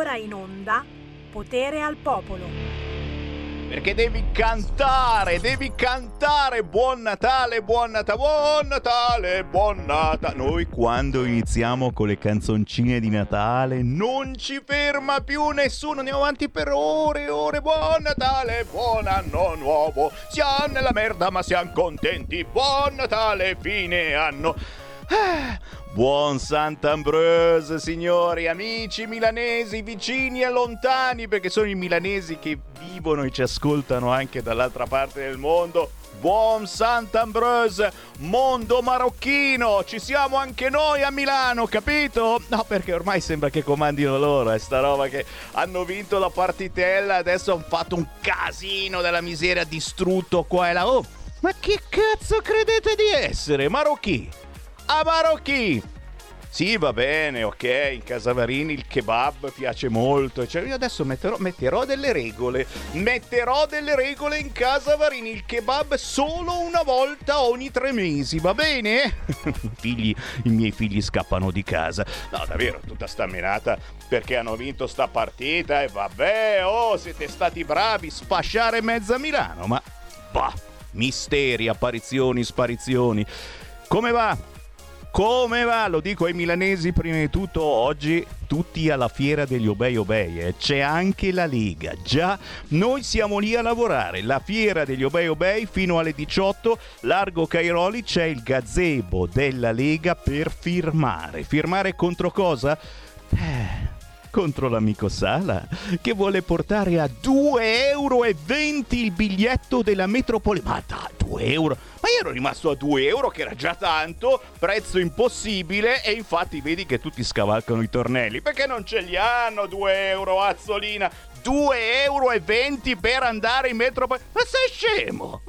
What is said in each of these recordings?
ora in onda Potere al Popolo. Perché devi cantare, buon Natale, buon Natale, buon Natale, buon Natale. Noi quando iniziamo con le canzoncine di Natale non ci ferma più nessuno, andiamo avanti per ore e ore. Buon Natale, buon anno nuovo, siamo nella merda ma siamo contenti, buon Natale, fine anno. Buon Sant'Ambrose, signori, amici milanesi, vicini e lontani, perché sono i milanesi che vivono e ci ascoltano anche dall'altra parte del mondo. Buon Sant'Ambrose, mondo marocchino, ci siamo anche noi a Milano, capito? No, perché ormai sembra che comandino loro, sta roba che hanno vinto la partitella, adesso hanno fatto un casino della miseria, distrutto qua e là. Oh, ma che cazzo credete di essere? Marocchi? A Marocchi! Sì, va bene, ok, in casa Varini il kebab piace molto, cioè io adesso metterò delle regole in casa Varini, il kebab solo una volta ogni 3 mesi, va bene? I miei figli scappano di casa. No, davvero, tutta sta menata perché hanno vinto sta partita e vabbè, oh, siete stati bravi, sfasciare mezza Milano, ma bah, misteri, apparizioni, sparizioni. Come va? Come va? Lo dico ai milanesi prima di tutto, oggi tutti alla fiera degli Obei. C'è anche la Lega, già, noi siamo lì a lavorare, la fiera degli Obei fino alle 18, largo Cairoli, c'è il gazebo della Lega per firmare contro cosa? Contro l'amico Sala, che vuole portare a 2,20 euro il biglietto della metropolitana. Ma da 2 euro? Ma io ero rimasto a 2 euro, che era già tanto, prezzo impossibile, e infatti vedi che tutti scavalcano i tornelli, perché non ce li hanno 2 euro, Azzolina? 2,20 euro per andare in metropolitana? Ma sei scemo?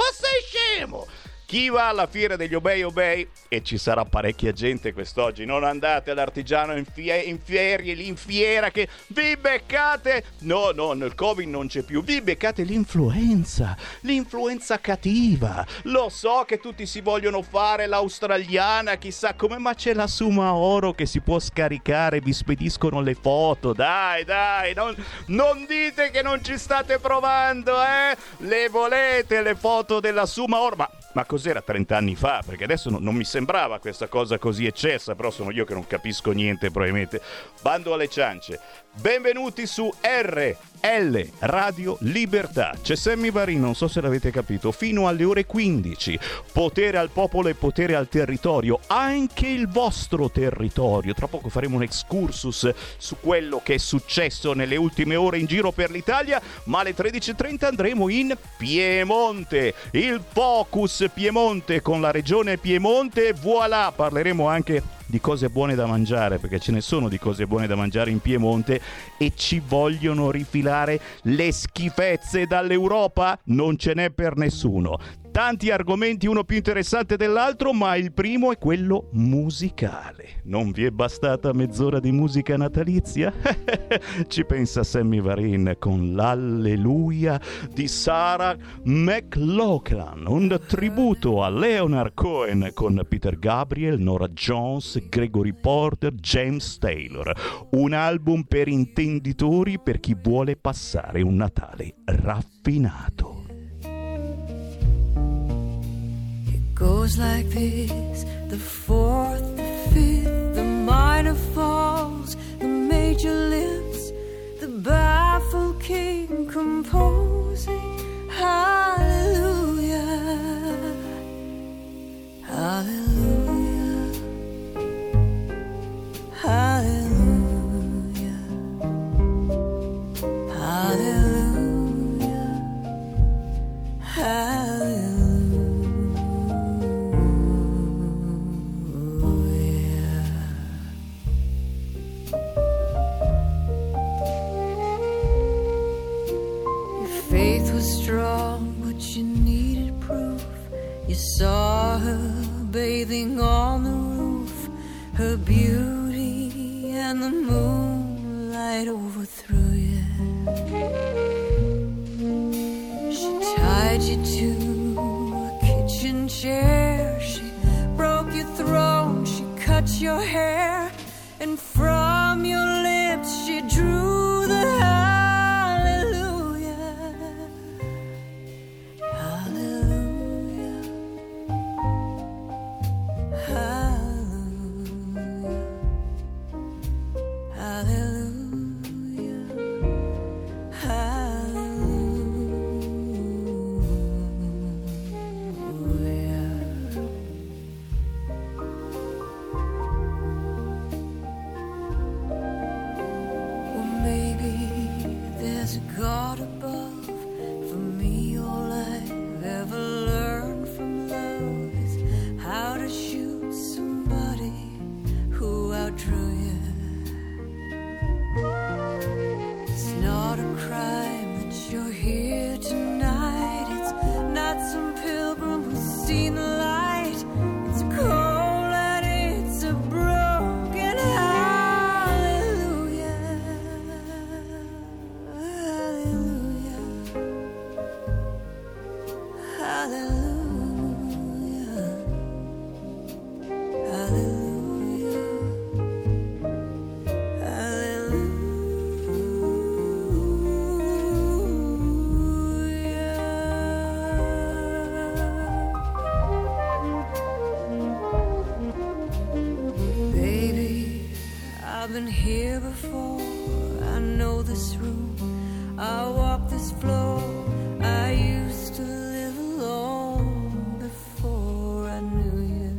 Chi va alla fiera degli Obei, e ci sarà parecchia gente quest'oggi, non andate all'Artigiano in ferie, lì in fiera, che vi beccate, no, il Covid non c'è più, vi beccate l'influenza cattiva. Lo so che tutti si vogliono fare l'australiana, chissà come, ma c'è la Suma Oro che si può scaricare, vi spediscono le foto, dai, non dite che non ci state provando, le volete le foto della Suma Oro, ma cos'era 30 anni fa? Perché adesso non mi sembrava questa cosa così eccessa, però sono io che non capisco niente probabilmente. Bando alle ciance. Benvenuti su RL Radio Libertà. C'è Sammy Varin, non so se l'avete capito, fino alle ore 15. Potere al popolo e potere al territorio, anche il vostro territorio. Tra poco faremo un excursus su quello che è successo nelle ultime ore in giro per l'Italia, ma alle 13.30 andremo in Piemonte. Il focus Piemonte con la regione Piemonte, voilà, parleremo anche di cose buone da mangiare, perché ce ne sono di cose buone da mangiare in Piemonte, e ci vogliono rifilare le schifezze dall'Europa? Non ce n'è per nessuno. Tanti argomenti, uno più interessante dell'altro, ma il primo è quello musicale. Non vi è bastata mezz'ora di musica natalizia? Ci pensa Sammy Varin con l'Alleluia di Sarah McLachlan, un tributo a Leonard Cohen con Peter Gabriel, Norah Jones, Gregory Porter, James Taylor. Un album per intenditori, per chi vuole passare un Natale raffinato. Goes like this, the fourth, the fifth, the minor falls, the major lifts, the baffled king composing. Hallelujah, hallelujah, hallelujah, hallelujah, hallelujah. Faith was strong, but you needed proof. You saw her bathing on the roof, her beauty and the moonlight overthrew you. She tied you to a kitchen chair, she broke your throne, she cut your hair, and from your lips she drew the been here before. I know this room, I walk this floor. I used to live alone before I knew you.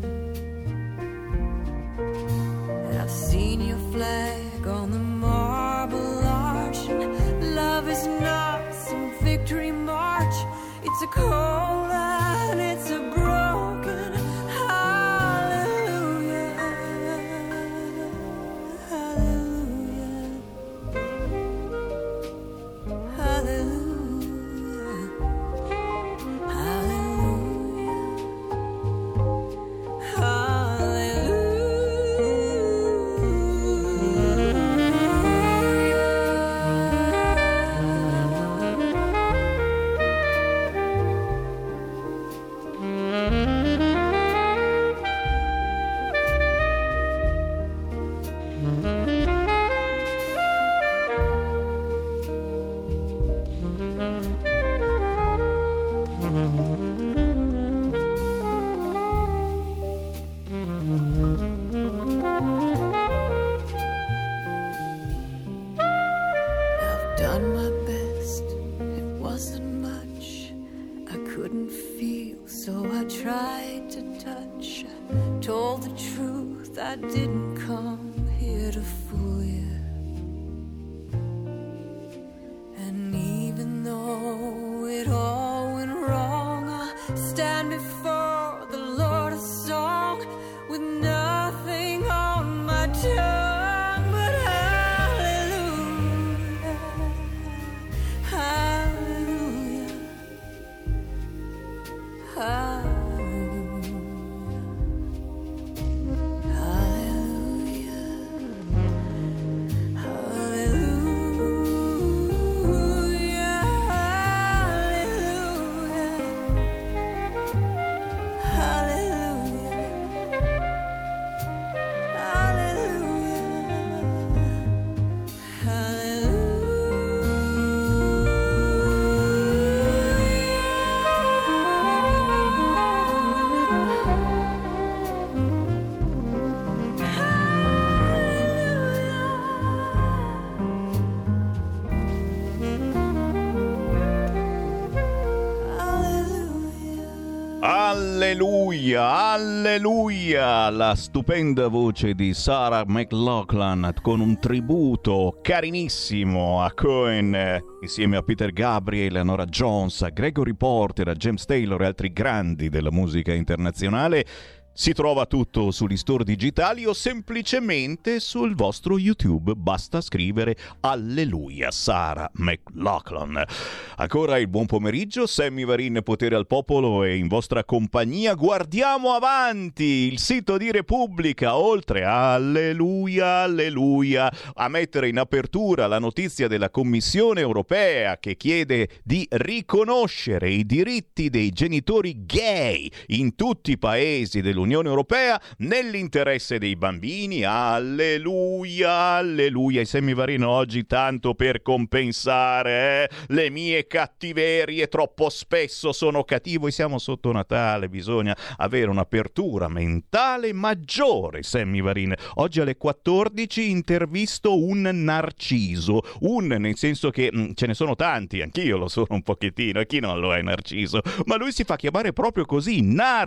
And I've seen your flag on the marble arch. And love is not some victory march. It's a cold and it's a broken hallelujah. Hallelujah. Hallelujah. I've done my best, it wasn't much. I couldn't feel, so I tried to touch. I told the truth, I didn't come here to fool you. And even though it all went wrong, I stand before the Lord a song with nothing on my tongue but hallelujah, hallelujah, hallelujah. Alleluia, alleluia, la stupenda voce di Sarah McLachlan con un tributo carinissimo a Cohen insieme a Peter Gabriel, a Nora Jones, a Gregory Porter, a James Taylor e altri grandi della musica internazionale. Si trova tutto sugli store digitali o semplicemente sul vostro YouTube. Basta scrivere Alleluia, Sarah McLachlan. Ancora il buon pomeriggio, Sammy Varin, Potere al Popolo, e in vostra compagnia guardiamo avanti il sito di Repubblica, oltre a Alleluia, Alleluia, a mettere in apertura la notizia della Commissione Europea che chiede di riconoscere i diritti dei genitori gay in tutti i paesi dell'Unione Europea nell'interesse dei bambini. Alleluia, alleluia. E Sammy Varino oggi, tanto per compensare le mie cattiverie, troppo spesso sono cattivo e siamo sotto Natale, bisogna avere un'apertura mentale maggiore. Sammy Varin oggi alle 14 intervisto un narciso, nel senso che ce ne sono tanti, anch'io lo sono un pochettino, e chi non lo è Narciso, ma lui si fa chiamare proprio così,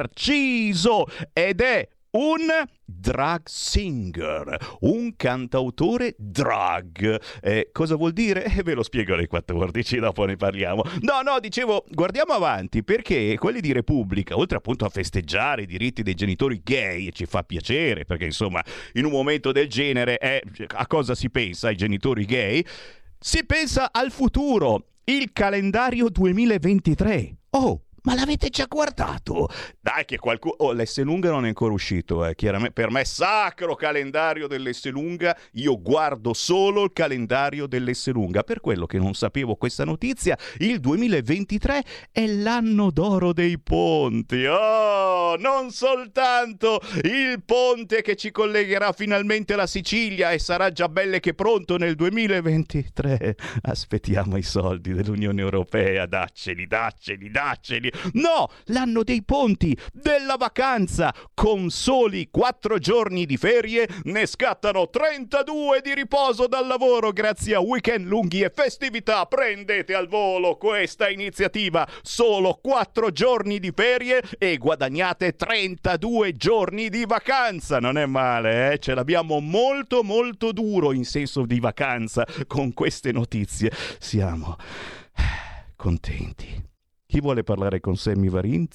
Narciso, ed è un drag singer, un cantautore drag. Cosa vuol dire? Ve lo spiego alle 14, dopo ne parliamo. No, dicevo, guardiamo avanti, perché quelli di Repubblica, oltre appunto a festeggiare i diritti dei genitori gay, e ci fa piacere, perché insomma in un momento del genere a cosa si pensa ai genitori gay? Si pensa al futuro, il calendario 2023. Oh, ma l'avete già guardato? Dai che qualcuno... l'Esselunga non è ancora uscito, chiaramente. Per me sacro calendario dell'Esselunga, io guardo solo il calendario dell'Esselunga. Per quello che non sapevo questa notizia, il 2023 è l'anno d'oro dei ponti. Oh, non soltanto il ponte che ci collegherà finalmente alla Sicilia e sarà già belle che pronto nel 2023. Aspettiamo i soldi dell'Unione Europea, dacceli. No, l'anno dei ponti, della vacanza. Con soli 4 giorni di ferie ne scattano 32 di riposo dal lavoro grazie a weekend lunghi e festività. Prendete al volo questa iniziativa. Solo 4 giorni di ferie e guadagnate 32 giorni di vacanza. Non è male, eh? Ce l'abbiamo molto molto duro in senso di vacanza con queste notizie. Siamo contenti. Chi vuole parlare con Sammy Varin?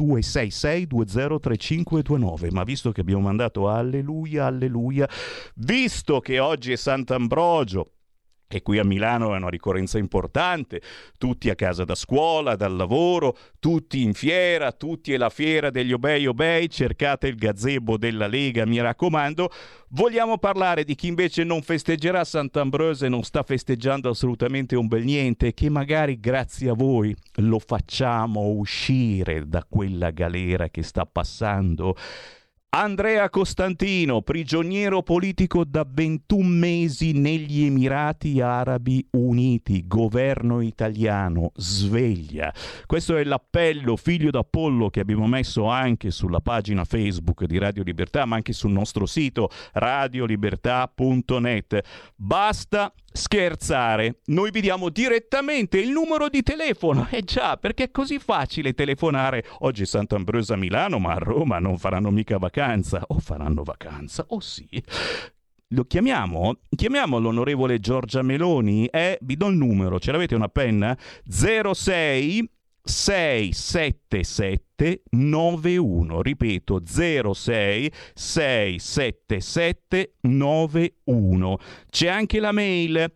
0266203529. Ma visto che abbiamo mandato alleluia, alleluia, visto che oggi è Sant'Ambrogio, e qui a Milano è una ricorrenza importante, tutti a casa da scuola, dal lavoro, tutti in fiera, tutti è la fiera degli obei, cercate il gazebo della Lega, mi raccomando. Vogliamo parlare di chi invece non festeggerà Sant'Ambrogio e non sta festeggiando assolutamente un bel niente, che magari grazie a voi lo facciamo uscire da quella galera che sta passando. Andrea Costantino, prigioniero politico da 21 mesi negli Emirati Arabi Uniti, governo italiano, sveglia. Questo è l'appello figlio d'Apollo che abbiamo messo anche sulla pagina Facebook di Radio Libertà, ma anche sul nostro sito radiolibertà.net. Basta scherzare, noi vi diamo direttamente il numero di telefono. Già, perché è così facile telefonare. Oggi è Sant'Ambrogio a Milano, ma a Roma non faranno mica vacanza. O faranno vacanza, o sì. Lo chiamiamo l'onorevole Giorgia Meloni. Vi do il numero, ce l'avete una penna? 06 677 91, ripeto 06 677 91. C'è anche la mail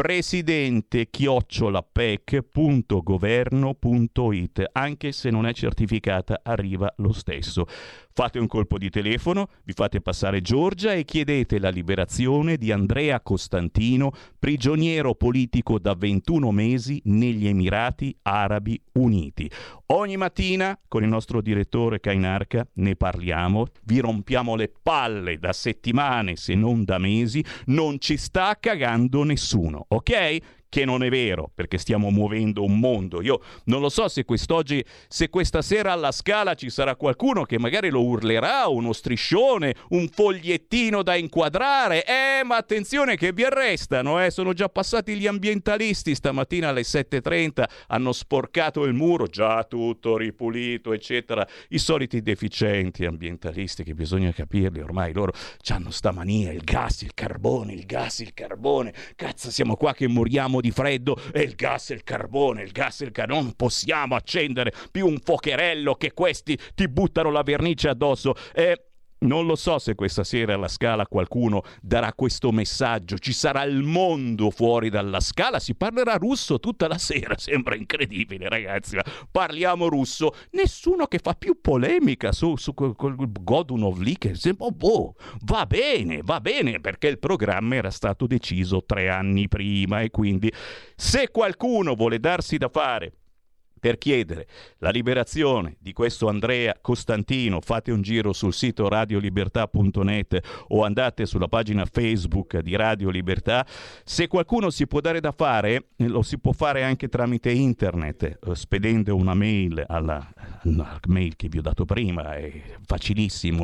presidente@pec.governo.it, anche se non è certificata arriva lo stesso. Fate un colpo di telefono, vi fate passare Giorgia e chiedete la liberazione di Andrea Costantino, prigioniero politico da 21 mesi negli Emirati Arabi Uniti. Ogni mattina con il nostro direttore Cainarca ne parliamo, vi rompiamo le palle da settimane se non da mesi, non ci sta cagando nessuno, ok? Che non è vero, perché stiamo muovendo un mondo. Io non lo so se questa sera alla Scala ci sarà qualcuno che magari lo urlerà, uno striscione, un fogliettino da inquadrare. Ma attenzione che vi arrestano, sono già passati gli ambientalisti stamattina alle 7:30, hanno sporcato il muro, già tutto ripulito, eccetera. I soliti deficienti ambientalisti che bisogna capirli, ormai loro c'hanno sta mania, il gas, il carbone, il gas, il carbone. Cazzo, siamo qua che moriamo di freddo e il gas e il carbone, non possiamo accendere più un focherello che questi ti buttano la vernice addosso. Non lo so se questa sera alla Scala qualcuno darà questo messaggio. Ci sarà il mondo fuori dalla Scala, si parlerà russo tutta la sera, sembra incredibile ragazzi, ma parliamo russo, nessuno che fa più polemica su quel Godunov lì che sembra, va bene, perché il programma era stato deciso 3 anni prima, e quindi se qualcuno vuole darsi da fare per chiedere la liberazione di questo Andrea Costantino, fate un giro sul sito radiolibertà.net o andate sulla pagina Facebook di Radio Libertà. Se qualcuno si può dare da fare, lo si può fare anche tramite internet, spedendo una mail alla mail che vi ho dato prima, è facilissimo,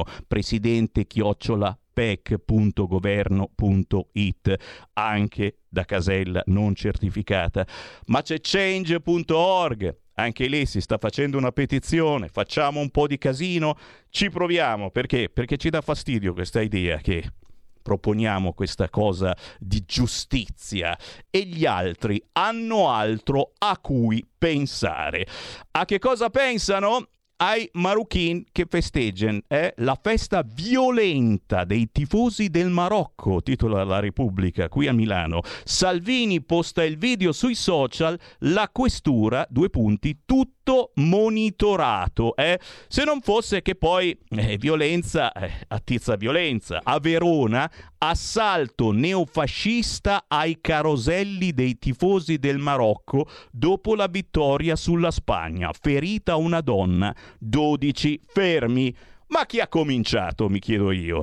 presidente@pec.governo.it, anche da casella non certificata. Ma c'è change.org, anche lì si sta facendo una petizione, facciamo un po' di casino, ci proviamo, perché ci dà fastidio questa idea che proponiamo questa cosa di giustizia e gli altri hanno altro a cui pensare. A che cosa pensano? Ai Marochin che festeggiano la festa violenta dei tifosi del Marocco, titola La Repubblica qui a Milano. Salvini posta il video sui social, la questura, tutto monitorato. Se non fosse che poi violenza attizza violenza. A Verona, assalto neofascista ai caroselli dei tifosi del Marocco dopo la vittoria sulla Spagna, ferita una donna, 12 fermi. Ma chi ha cominciato, mi chiedo io?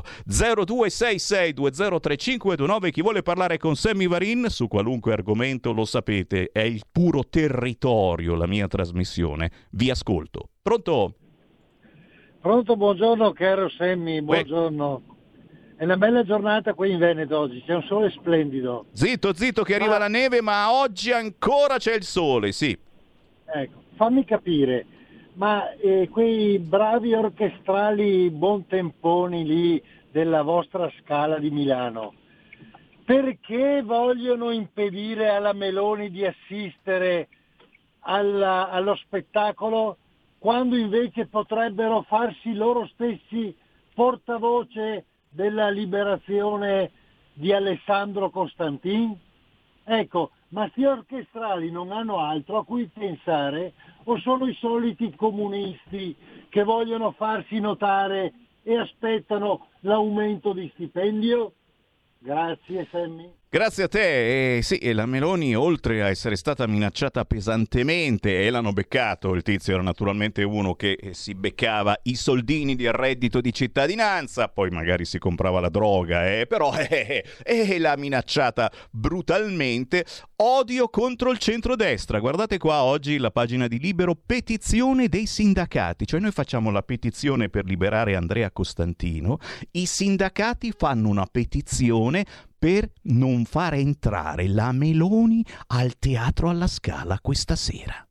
0266203529, chi vuole parlare con Sammy Varin su qualunque argomento, lo sapete, è il puro territorio la mia trasmissione. Vi ascolto. Pronto? Pronto, buongiorno caro Sammy, buongiorno. È una bella giornata qui in Veneto oggi, c'è un sole splendido. Zitto che arriva la neve, ma oggi ancora c'è il sole, sì. Ecco, fammi capire, ma quei bravi orchestrali buontemponi lì della vostra Scala di Milano, perché vogliono impedire alla Meloni di assistere allo spettacolo quando invece potrebbero farsi loro stessi portavoce della liberazione di Alessandro Costantin? Ecco, ma sti orchestrali non hanno altro a cui pensare o sono i soliti comunisti che vogliono farsi notare e aspettano l'aumento di stipendio? Grazie Sammy. Grazie a te. Sì, e la Meloni, oltre a essere stata minacciata pesantemente, e l'hanno beccato, il tizio era naturalmente uno che si beccava i soldini del reddito di cittadinanza, poi magari si comprava la droga, però l'ha minacciata brutalmente. Odio contro il centrodestra. Guardate qua oggi la pagina di Libero, petizione dei sindacati, cioè noi facciamo la petizione per liberare Andrea Costantino, i sindacati fanno una petizione per non far entrare la Meloni al Teatro alla Scala questa sera.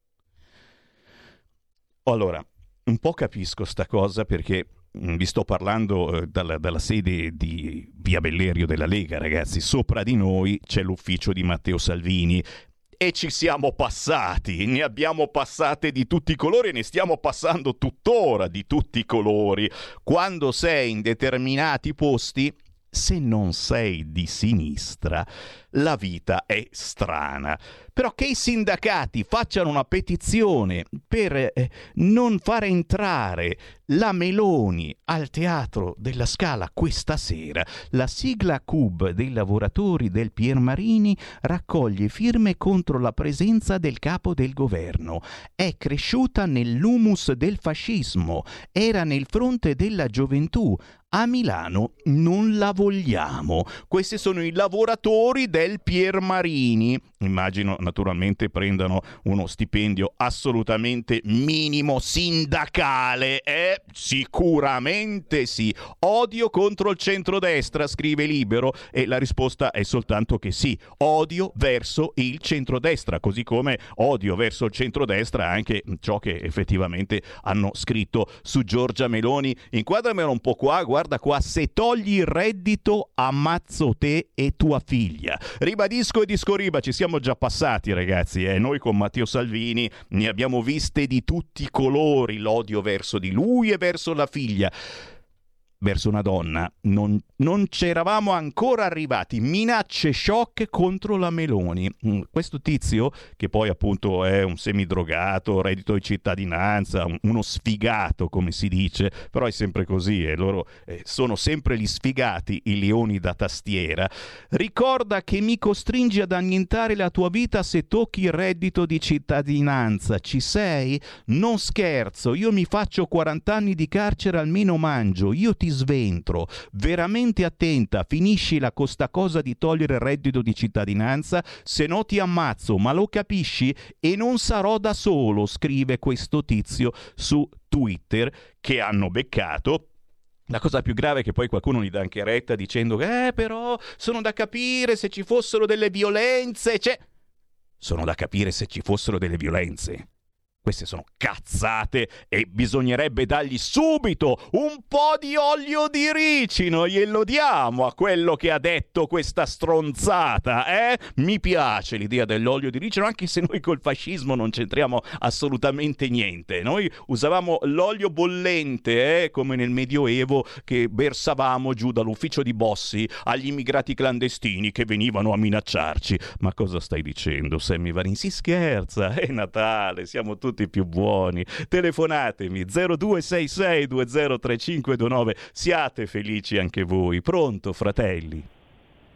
Allora, un po' capisco sta cosa perché vi sto parlando dalla sede di Via Bellerio della Lega, ragazzi. Sopra di noi c'è l'ufficio di Matteo Salvini e ci siamo passati, ne abbiamo passate di tutti i colori e ne stiamo passando tuttora di tutti i colori. Quando sei in determinati posti, se non sei di sinistra, la vita è strana. Però che i sindacati facciano una petizione per non far entrare la Meloni al Teatro della Scala questa sera, la sigla CUB dei lavoratori del Piermarini raccoglie firme contro la presenza del capo del governo. È cresciuta nell'humus del fascismo, era nel fronte della gioventù. A Milano non la vogliamo. Questi sono i lavoratori del Piermarini. Immagino naturalmente prendano uno stipendio assolutamente minimo sindacale. Sicuramente sì. Odio contro il centrodestra, scrive Libero, e la risposta è soltanto che sì. Odio verso il centrodestra, così come odio verso il centrodestra anche ciò che effettivamente hanno scritto su Giorgia Meloni. Inquadramelo un po' qua, guarda qua, se togli il reddito ammazzo te e tua figlia. Ribadisco e discoriba, ci siamo già passati ragazzi, noi con Matteo Salvini ne abbiamo viste di tutti i colori, l'odio verso di lui e verso la figlia. Verso una donna non c'eravamo ancora arrivati. Minacce shock contro la Meloni. Questo tizio, che poi appunto è un semidrogato, reddito di cittadinanza, uno sfigato come si dice, però è sempre così e loro sono sempre gli sfigati, i leoni da tastiera. Ricorda che mi costringi ad annientare la tua vita se tocchi il reddito di cittadinanza. Ci sei? Non scherzo, io mi faccio 40 anni di carcere, almeno mangio, io ti sventro. Veramente attenta, finiscila con sta cosa di togliere il reddito di cittadinanza, se no ti ammazzo, ma lo capisci? E non sarò da solo, scrive questo tizio su Twitter, che hanno beccato. La cosa più grave è che poi qualcuno gli dà anche retta dicendo che però sono da capire se ci fossero delle violenze, sono da capire se ci fossero delle violenze. Queste sono cazzate e bisognerebbe dargli subito un po' di olio di ricino, glielo diamo a quello che ha detto questa stronzata, Mi piace l'idea dell'olio di ricino, anche se noi col fascismo non c'entriamo assolutamente niente. Noi usavamo l'olio bollente, come nel Medioevo, che versavamo giù dall'ufficio di Bossi agli immigrati clandestini che venivano a minacciarci. Ma cosa stai dicendo, Sammy Varin? Si scherza, è Natale, siamo tutti più buoni. Telefonatemi 0266 203529. Siate felici anche voi. Pronto, fratelli?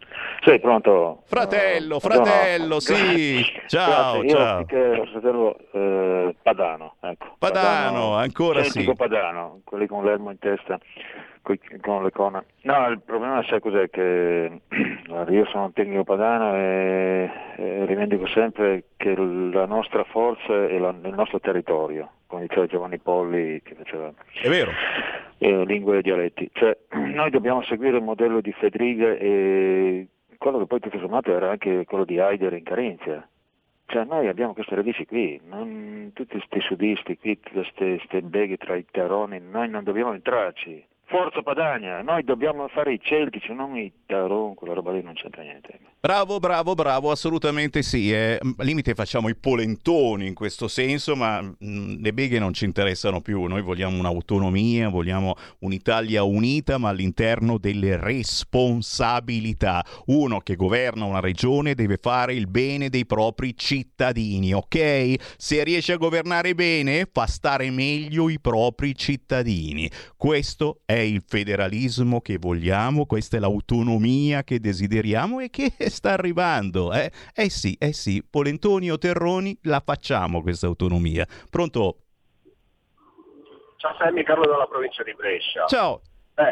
Sei pronto? Fratello, No. sì. Ciao, Grazie. ciao. Io che fratello Padano, ecco. Padano, ancora Celtico sì. Padano, quelli con l'elmo in testa, con le corna. No, il problema sai cos'è? Che guarda, io sono un tecnico padano e rivendico sempre che la nostra forza è il nostro territorio, come diceva Giovanni Polli che faceva È vero. lingue e dialetti. Cioè, noi dobbiamo seguire il modello di Fedriga e quello che poi tutto sommato era anche quello di Haider in Carinzia. Cioè noi abbiamo queste radici qui, non tutti questi sudisti qui, queste beghe tra i terroni, noi non dobbiamo entrarci. Forza Padania, noi dobbiamo fare i celtici, non i taron, quella roba lì non c'entra niente. Bravo, assolutamente sì. Al limite facciamo i polentoni in questo senso, ma le beghe non ci interessano più. Noi vogliamo un'autonomia, vogliamo un'Italia unita, ma all'interno delle responsabilità. Uno che governa una regione deve fare il bene dei propri cittadini, ok? Se riesce a governare bene, fa stare meglio i propri cittadini. Questo è il federalismo che vogliamo, questa è l'autonomia che desideriamo e che sta arrivando. Sì, polentoni o terroni, la facciamo questa autonomia. Pronto? Ciao Sammy, Carlo dalla provincia di Brescia. Ciao.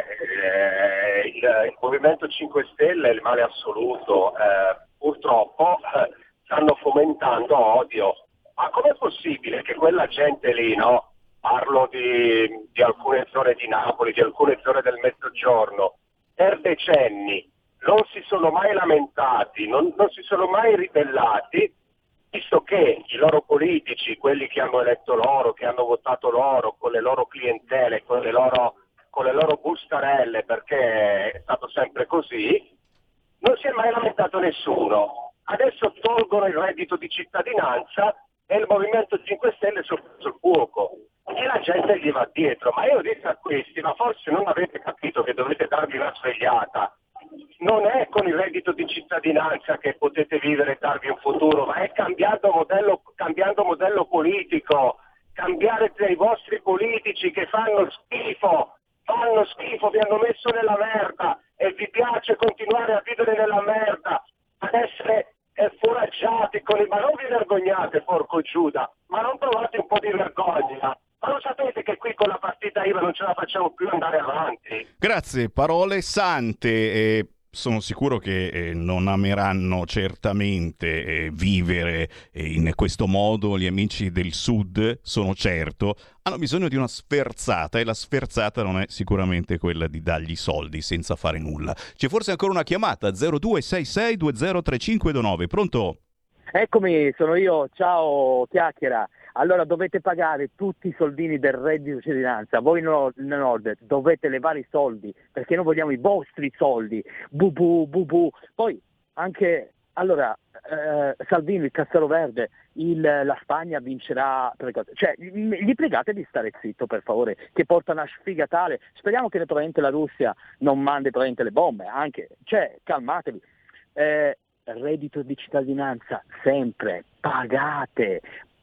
Il Movimento 5 Stelle è il male assoluto. Purtroppo stanno fomentando odio. Ma com'è possibile che quella gente lì, no? Parlo di alcune zone di Napoli, di alcune zone del Mezzogiorno, per decenni non si sono mai lamentati, non si sono mai ribellati, visto che i loro politici, quelli che hanno eletto loro, che hanno votato loro, con le loro clientele, con le loro bustarelle, perché è stato sempre così, non si è mai lamentato nessuno. Adesso tolgono il reddito di cittadinanza e il Movimento 5 Stelle sul fuoco. E la gente gli va dietro. Ma io dico a questi, ma forse non avete capito che dovete darvi una svegliata. Non è con il reddito di cittadinanza che potete vivere e darvi un futuro, ma è cambiando modello politico, cambiare dei vostri politici che fanno schifo, vi hanno messo nella merda e vi piace continuare a vivere nella merda, ad essere foraggiati ma non vi vergognate, porco Giuda, ma non provate un po' di vergogna. Ma lo sapete che qui con la partita IVA non ce la facciamo più andare avanti? Grazie, parole sante. Sono sicuro che non ameranno certamente vivere in questo modo. Gli amici del Sud, sono certo, hanno bisogno di una sferzata, e la sferzata non è sicuramente quella di dargli soldi senza fare nulla. C'è forse ancora una chiamata, 0266203529. Pronto? Eccomi, sono io, ciao Chiacchiera. Allora dovete pagare tutti i soldini del reddito di cittadinanza, voi nel nord dovete levare i soldi, perché noi vogliamo i vostri soldi, bu. Poi anche, allora, Salvini, il Castello Verde, la Spagna vincerà, cioè gli pregate di stare zitto per favore, che porta una sfiga tale, speriamo che naturalmente la Russia non mandi naturalmente le bombe, anche, cioè calmatevi. Reddito di cittadinanza sempre, pagate,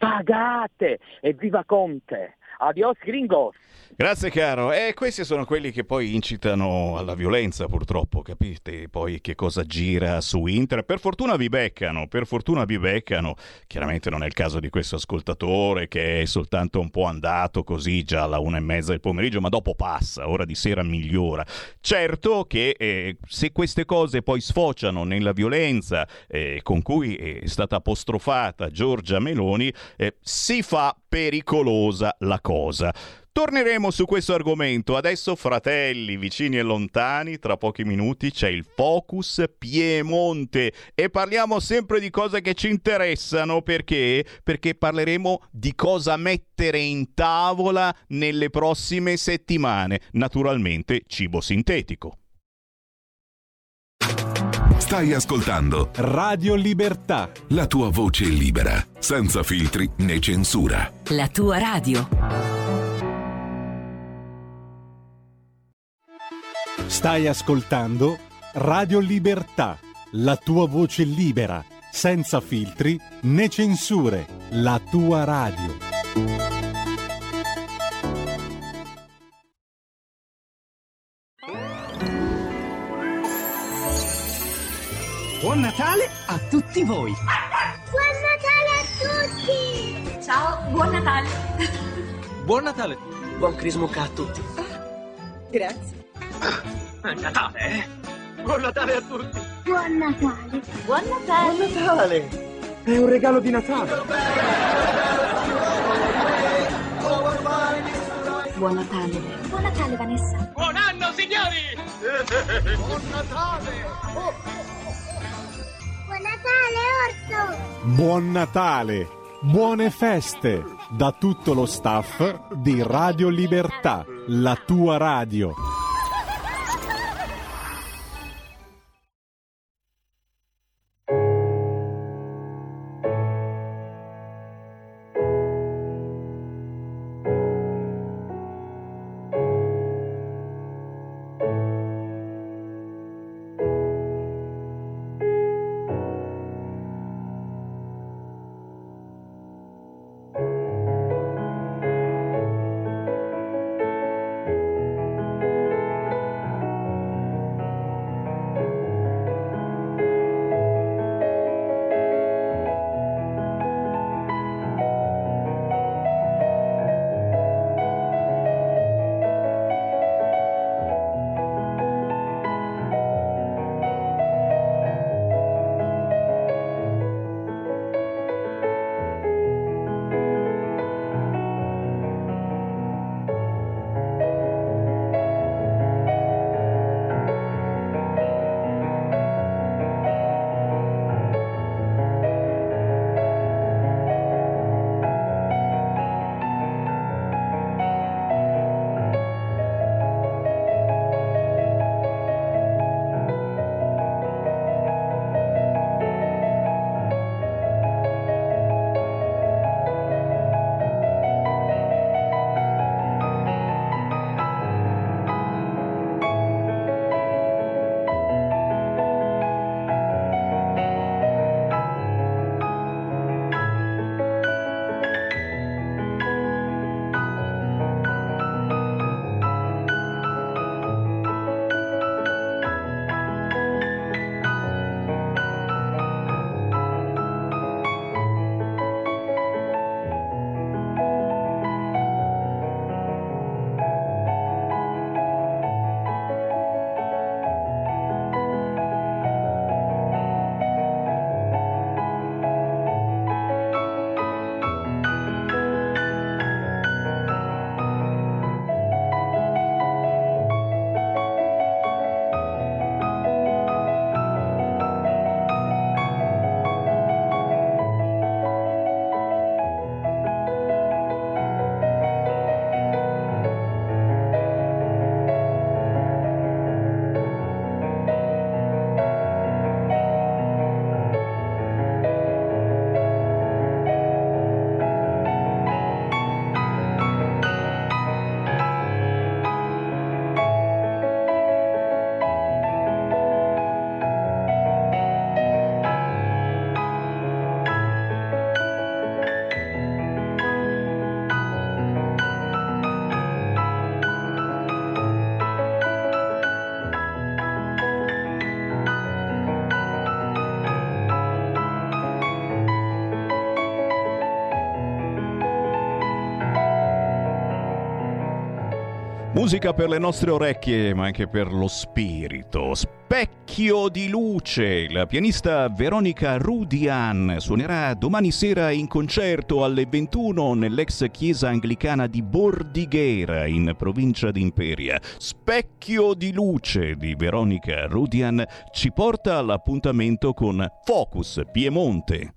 e viva Conte, adios gringos. Grazie caro, questi sono quelli che poi incitano alla violenza, purtroppo, capite? Poi che cosa gira su internet, per fortuna vi beccano, chiaramente non è il caso di questo ascoltatore che è soltanto un po' andato così già alla 1:30 del pomeriggio, ma dopo passa, ora di sera migliora. Certo che se queste cose poi sfociano nella violenza con cui è stata apostrofata Giorgia Meloni, si fa pericolosa la cosa. Torneremo su questo argomento. Adesso, fratelli, vicini e lontani, tra pochi minuti c'è il Focus Piemonte e parliamo sempre di cose che ci interessano. Perché parleremo di cosa mettere in tavola nelle prossime settimane. Naturalmente cibo sintetico. Stai ascoltando Radio Libertà, la tua voce libera, senza filtri né censura. La tua radio. Stai ascoltando Radio Libertà, la tua voce libera, senza filtri né censure, la tua radio. Buon Natale a tutti voi! Buon Natale a tutti! Ciao, buon Natale! Buon Natale! Buon Crismucca a tutti! Grazie! È Natale, eh? Buon Natale a tutti! Buon Natale! Buon Natale! Buon Natale! È un regalo di Natale! Buon Natale! Buon Natale, Vanessa! Buon anno, signori! Buon Natale! Buon Natale, Orso! Buon Natale! Buone feste! Da tutto lo staff di Radio Libertà, la tua radio. Musica per le nostre orecchie, ma anche per lo spirito. Specchio di luce. La pianista Veronica Rudian suonerà domani sera in concerto alle 21 nell'ex chiesa anglicana di Bordighera, in provincia di Imperia. Specchio di luce di Veronica Rudian ci porta all'appuntamento con Focus Piemonte.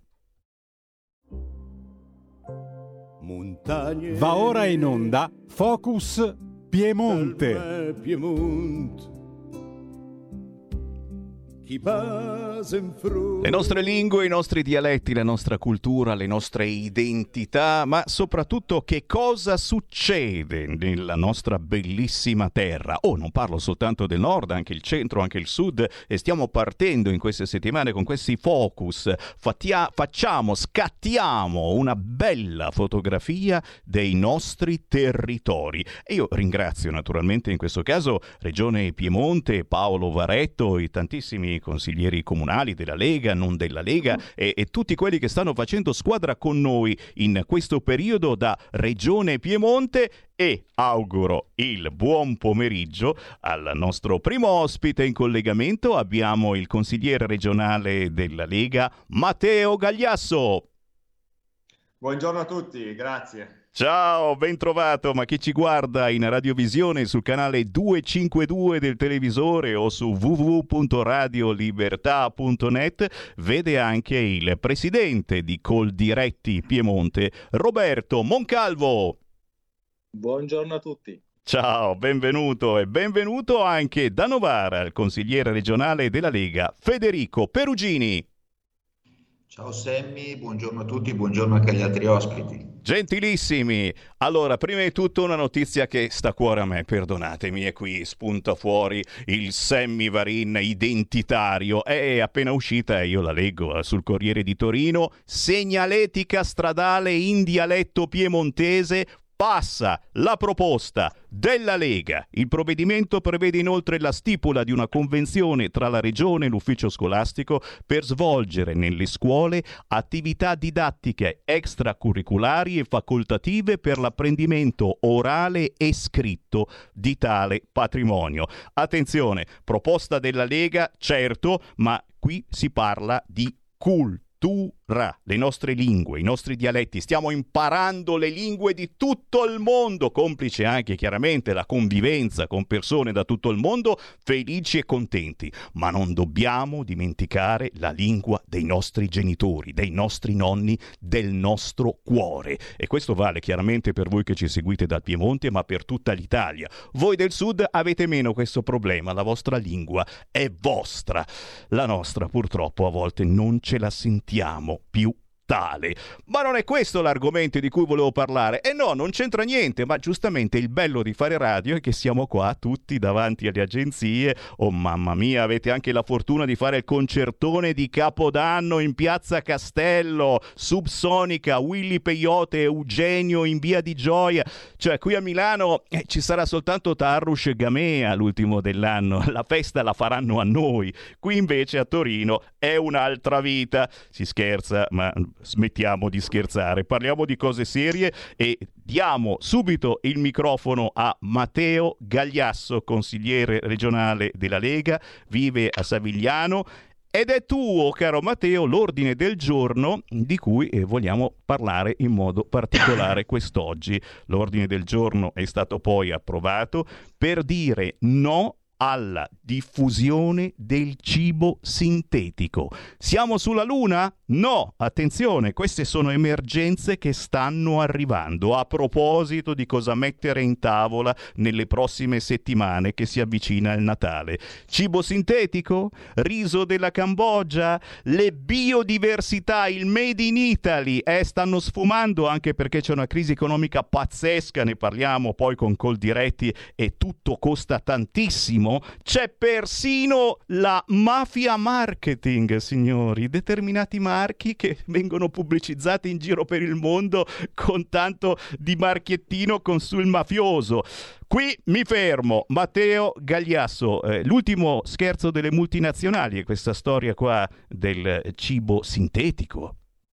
Va ora in onda Focus Piemonte. Le nostre lingue, i nostri dialetti, la nostra cultura, le nostre identità, ma soprattutto che cosa succede nella nostra bellissima terra. Oh, non parlo soltanto del nord, anche il centro, anche il sud, e stiamo partendo in queste settimane con questi focus. Scattiamo una bella fotografia dei nostri territori. E io ringrazio naturalmente in questo caso Regione Piemonte, Paolo Varetto e tantissimi regioni, consiglieri comunali della Lega, non della Lega e tutti quelli che stanno facendo squadra con noi in questo periodo da Regione Piemonte, e auguro il buon pomeriggio al nostro primo ospite in collegamento. Abbiamo il consigliere regionale della Lega, Matteo Gagliasso. Buongiorno a tutti, grazie. Ciao, ben trovato. Ma chi ci guarda in radiovisione sul canale 252 del televisore o su www.radiolibertà.net vede anche il presidente di Coldiretti Piemonte, Roberto Moncalvo. Buongiorno a tutti. Ciao, benvenuto e benvenuto anche da Novara, il consigliere regionale della Lega, Federico Perugini. Ciao Sammy, buongiorno a tutti, buongiorno anche agli altri ospiti. Gentilissimi! Allora, prima di tutto una notizia che sta a cuore a me, perdonatemi, e qui spunta fuori il Sammy Varin identitario. È appena uscita, io la leggo sul Corriere di Torino, segnaletica stradale in dialetto piemontese. Passa la proposta della Lega. Il provvedimento prevede inoltre la stipula di una convenzione tra la Regione e l'ufficio scolastico per svolgere nelle scuole attività didattiche extracurriculari e facoltative per l'apprendimento orale e scritto di tale patrimonio. Attenzione, proposta della Lega, certo, ma qui si parla di cultura. Le nostre lingue, i nostri dialetti, stiamo imparando le lingue di tutto il mondo, complice anche chiaramente la convivenza con persone da tutto il mondo, felici e contenti, ma non dobbiamo dimenticare la lingua dei nostri genitori, dei nostri nonni, del nostro cuore, e questo vale chiaramente per voi che ci seguite dal Piemonte, ma per tutta l'Italia. Voi del Sud avete meno questo problema, la vostra lingua è vostra, la nostra purtroppo a volte non ce la sentiamo più tale. Ma non è questo l'argomento di cui volevo parlare. E no, non c'entra niente, ma giustamente il bello di fare radio è che siamo qua tutti davanti alle agenzie. Oh mamma mia, avete anche la fortuna di fare il concertone di Capodanno in Piazza Castello, Subsonica, Willy Peyote, Eugenio in Via di Gioia. Cioè qui a Milano ci sarà soltanto Tarush Gamea l'ultimo dell'anno, la festa la faranno a noi. Qui invece a Torino è un'altra vita. Si scherza, ma smettiamo di scherzare, parliamo di cose serie e diamo subito il microfono a Matteo Gagliasso, consigliere regionale della Lega, vive a Savigliano, ed è tuo, caro Matteo, l'ordine del giorno di cui vogliamo parlare in modo particolare quest'oggi. L'ordine del giorno è stato poi approvato per dire no alla diffusione del cibo sintetico. Siamo sulla Luna? No, attenzione, queste sono emergenze che stanno arrivando. A proposito di cosa mettere in tavola nelle prossime settimane che si avvicina il Natale. Cibo sintetico? Riso della Cambogia? Le biodiversità, il Made in Italy, stanno sfumando anche perché c'è una crisi economica pazzesca, ne parliamo poi con Coldiretti e tutto costa tantissimo. C'è persino la mafia marketing, signori, determinati marchi che vengono pubblicizzati in giro per il mondo con tanto di marchiettino con sul mafioso. Qui mi fermo. Matteo Gagliasso, l'ultimo scherzo delle multinazionali è questa storia qua del cibo sintetico.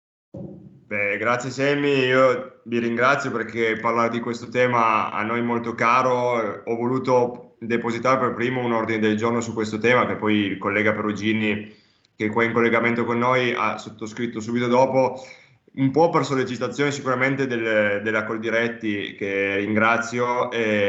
Beh, grazie Sammy, io vi ringrazio perché parlare di questo tema a noi è molto caro. Ho voluto depositare per primo un ordine del giorno su questo tema che poi il collega Perugini, che è qua in collegamento con noi, ha sottoscritto subito dopo, un po' per sollecitazione sicuramente della Coldiretti, che ringrazio,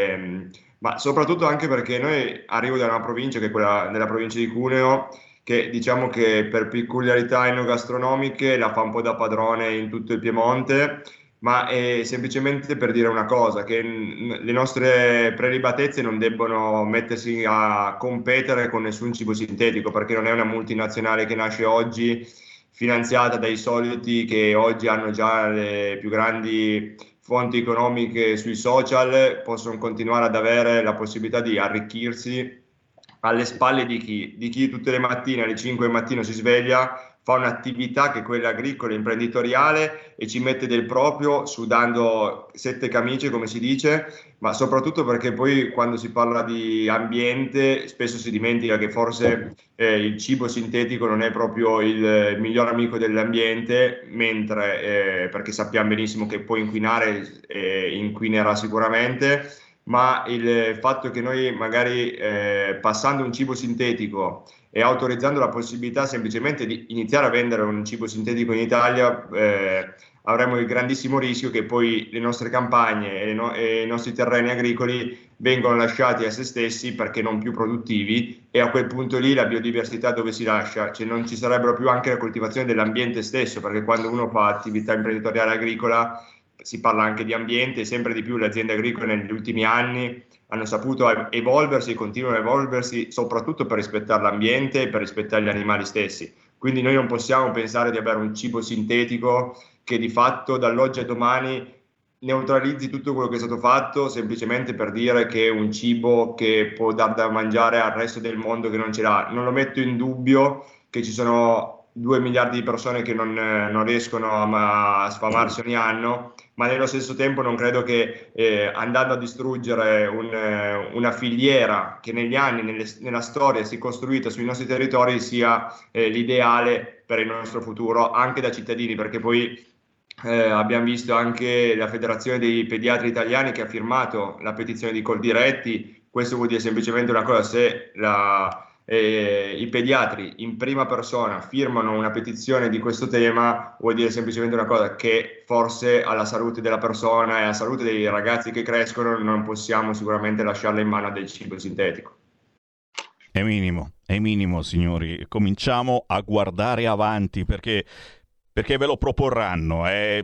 ma soprattutto anche perché noi arrivo da una provincia che è quella della provincia di Cuneo, che diciamo che per peculiarità enogastronomiche la fa un po' da padrone in tutto il Piemonte, ma è semplicemente per dire una cosa, che le nostre prelibatezze non debbono mettersi a competere con nessun cibo sintetico, perché non è una multinazionale che nasce oggi, finanziata dai soliti che oggi hanno già le più grandi fonti economiche sui social, possono continuare ad avere la possibilità di arricchirsi alle spalle di chi tutte le mattine alle 5 del mattino si sveglia, fa un'attività che è quella agricola imprenditoriale e ci mette del proprio sudando 7 camicie, come si dice, ma soprattutto perché poi quando si parla di ambiente spesso si dimentica che forse il cibo sintetico non è proprio il miglior amico dell'ambiente, mentre perché sappiamo benissimo che può inquinare e inquinerà sicuramente, ma il fatto che noi magari passando un cibo sintetico e autorizzando la possibilità semplicemente di iniziare a vendere un cibo sintetico in Italia, avremo il grandissimo rischio che poi le nostre campagne e i nostri terreni agricoli vengono lasciati a se stessi perché non più produttivi, e a quel punto lì la biodiversità dove si lascia? Cioè non ci sarebbero più anche la coltivazione dell'ambiente stesso, perché quando uno fa attività imprenditoriale agricola si parla anche di ambiente, e sempre di più le aziende agricole negli ultimi anni hanno saputo evolversi e continuano a evolversi soprattutto per rispettare l'ambiente e per rispettare gli animali stessi. Quindi noi non possiamo pensare di avere un cibo sintetico che di fatto dall'oggi al domani neutralizzi tutto quello che è stato fatto semplicemente per dire che è un cibo che può dar da mangiare al resto del mondo che non ce l'ha. Non lo metto in dubbio che ci sono 2 miliardi di persone che non riescono a sfamarsi ogni anno, ma nello stesso tempo non credo che andando a distruggere una filiera che negli anni, nella storia si è costruita sui nostri territori sia l'ideale per il nostro futuro, anche da cittadini, perché poi abbiamo visto anche la Federazione dei Pediatri Italiani che ha firmato la petizione di Coldiretti. Questo vuol dire semplicemente una cosa: se i pediatri in prima persona firmano una petizione di questo tema, vuol dire semplicemente una cosa, che forse alla salute della persona e alla salute dei ragazzi che crescono non possiamo sicuramente lasciarla in mano del cibo sintetico. È minimo, signori. Cominciamo a guardare avanti perché ve lo proporranno.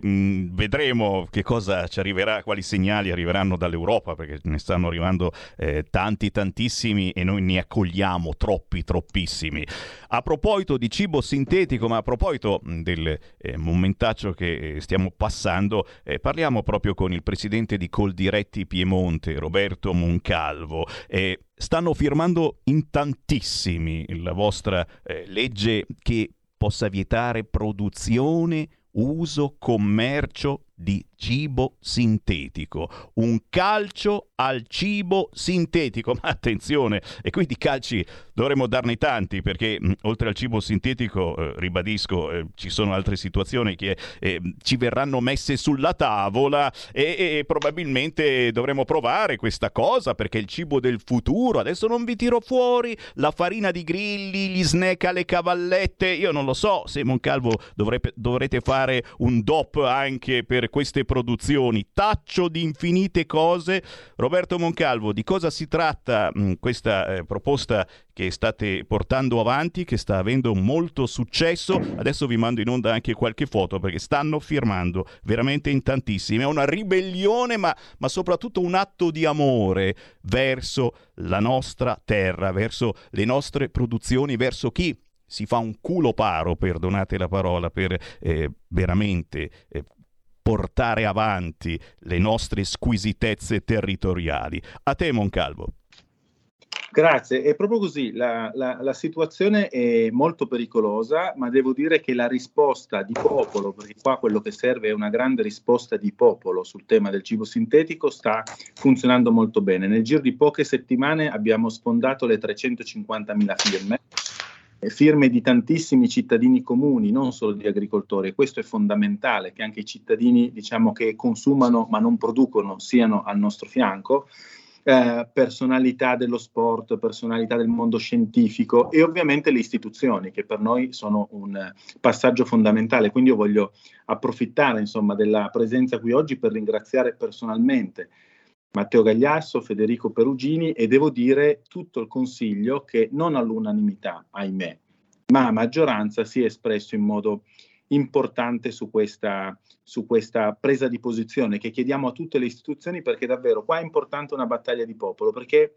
Vedremo che cosa ci arriverà, quali segnali arriveranno dall'Europa, perché ne stanno arrivando tantissimi e noi ne accogliamo troppissimi. A proposito di cibo sintetico, ma a proposito del momentaccio che stiamo passando, parliamo proprio con il presidente di Coldiretti Piemonte, Roberto Moncalvo. Stanno firmando in tantissimi la vostra legge che possa vietare produzione, uso, commercio di cibo sintetico. Un calcio al cibo sintetico, ma attenzione, e qui di calci dovremmo darne tanti, perché oltre al cibo sintetico, ribadisco, ci sono altre situazioni che ci verranno messe sulla tavola e probabilmente dovremo provare questa cosa, perché è il cibo del futuro. Adesso non vi tiro fuori la farina di grilli, gli snack alle cavallette, io non lo so se Moncalvo dovrete fare un DOP anche per queste produzioni. Taccio di infinite cose. Roberto Moncalvo, di cosa si tratta questa proposta che state portando avanti, che sta avendo molto successo? Adesso vi mando in onda anche qualche foto, perché stanno firmando veramente in tantissimi. È una ribellione, ma soprattutto un atto di amore verso la nostra terra, verso le nostre produzioni, verso chi si fa un culo paro, perdonate la parola, per veramente portare avanti le nostre squisitezze territoriali. A te, Moncalvo. Grazie, è proprio così, la situazione è molto pericolosa, ma devo dire che la risposta di popolo, perché qua quello che serve è una grande risposta di popolo sul tema del cibo sintetico, sta funzionando molto bene. Nel giro di poche settimane abbiamo sfondato le 350.000 firme di tantissimi cittadini comuni, non solo di agricoltori. Questo è fondamentale, che anche i cittadini, diciamo, che consumano ma non producono, siano al nostro fianco. Personalità dello sport, personalità del mondo scientifico e ovviamente le istituzioni, che per noi sono un passaggio fondamentale. Quindi io voglio approfittare, insomma, della presenza qui oggi per ringraziare personalmente Matteo Gagliasso, Federico Perugini e devo dire tutto il Consiglio, che non all'unanimità, ahimè, ma a maggioranza si è espresso in modo importante su questa presa di posizione che chiediamo a tutte le istituzioni, perché davvero qua è importante una battaglia di popolo, perché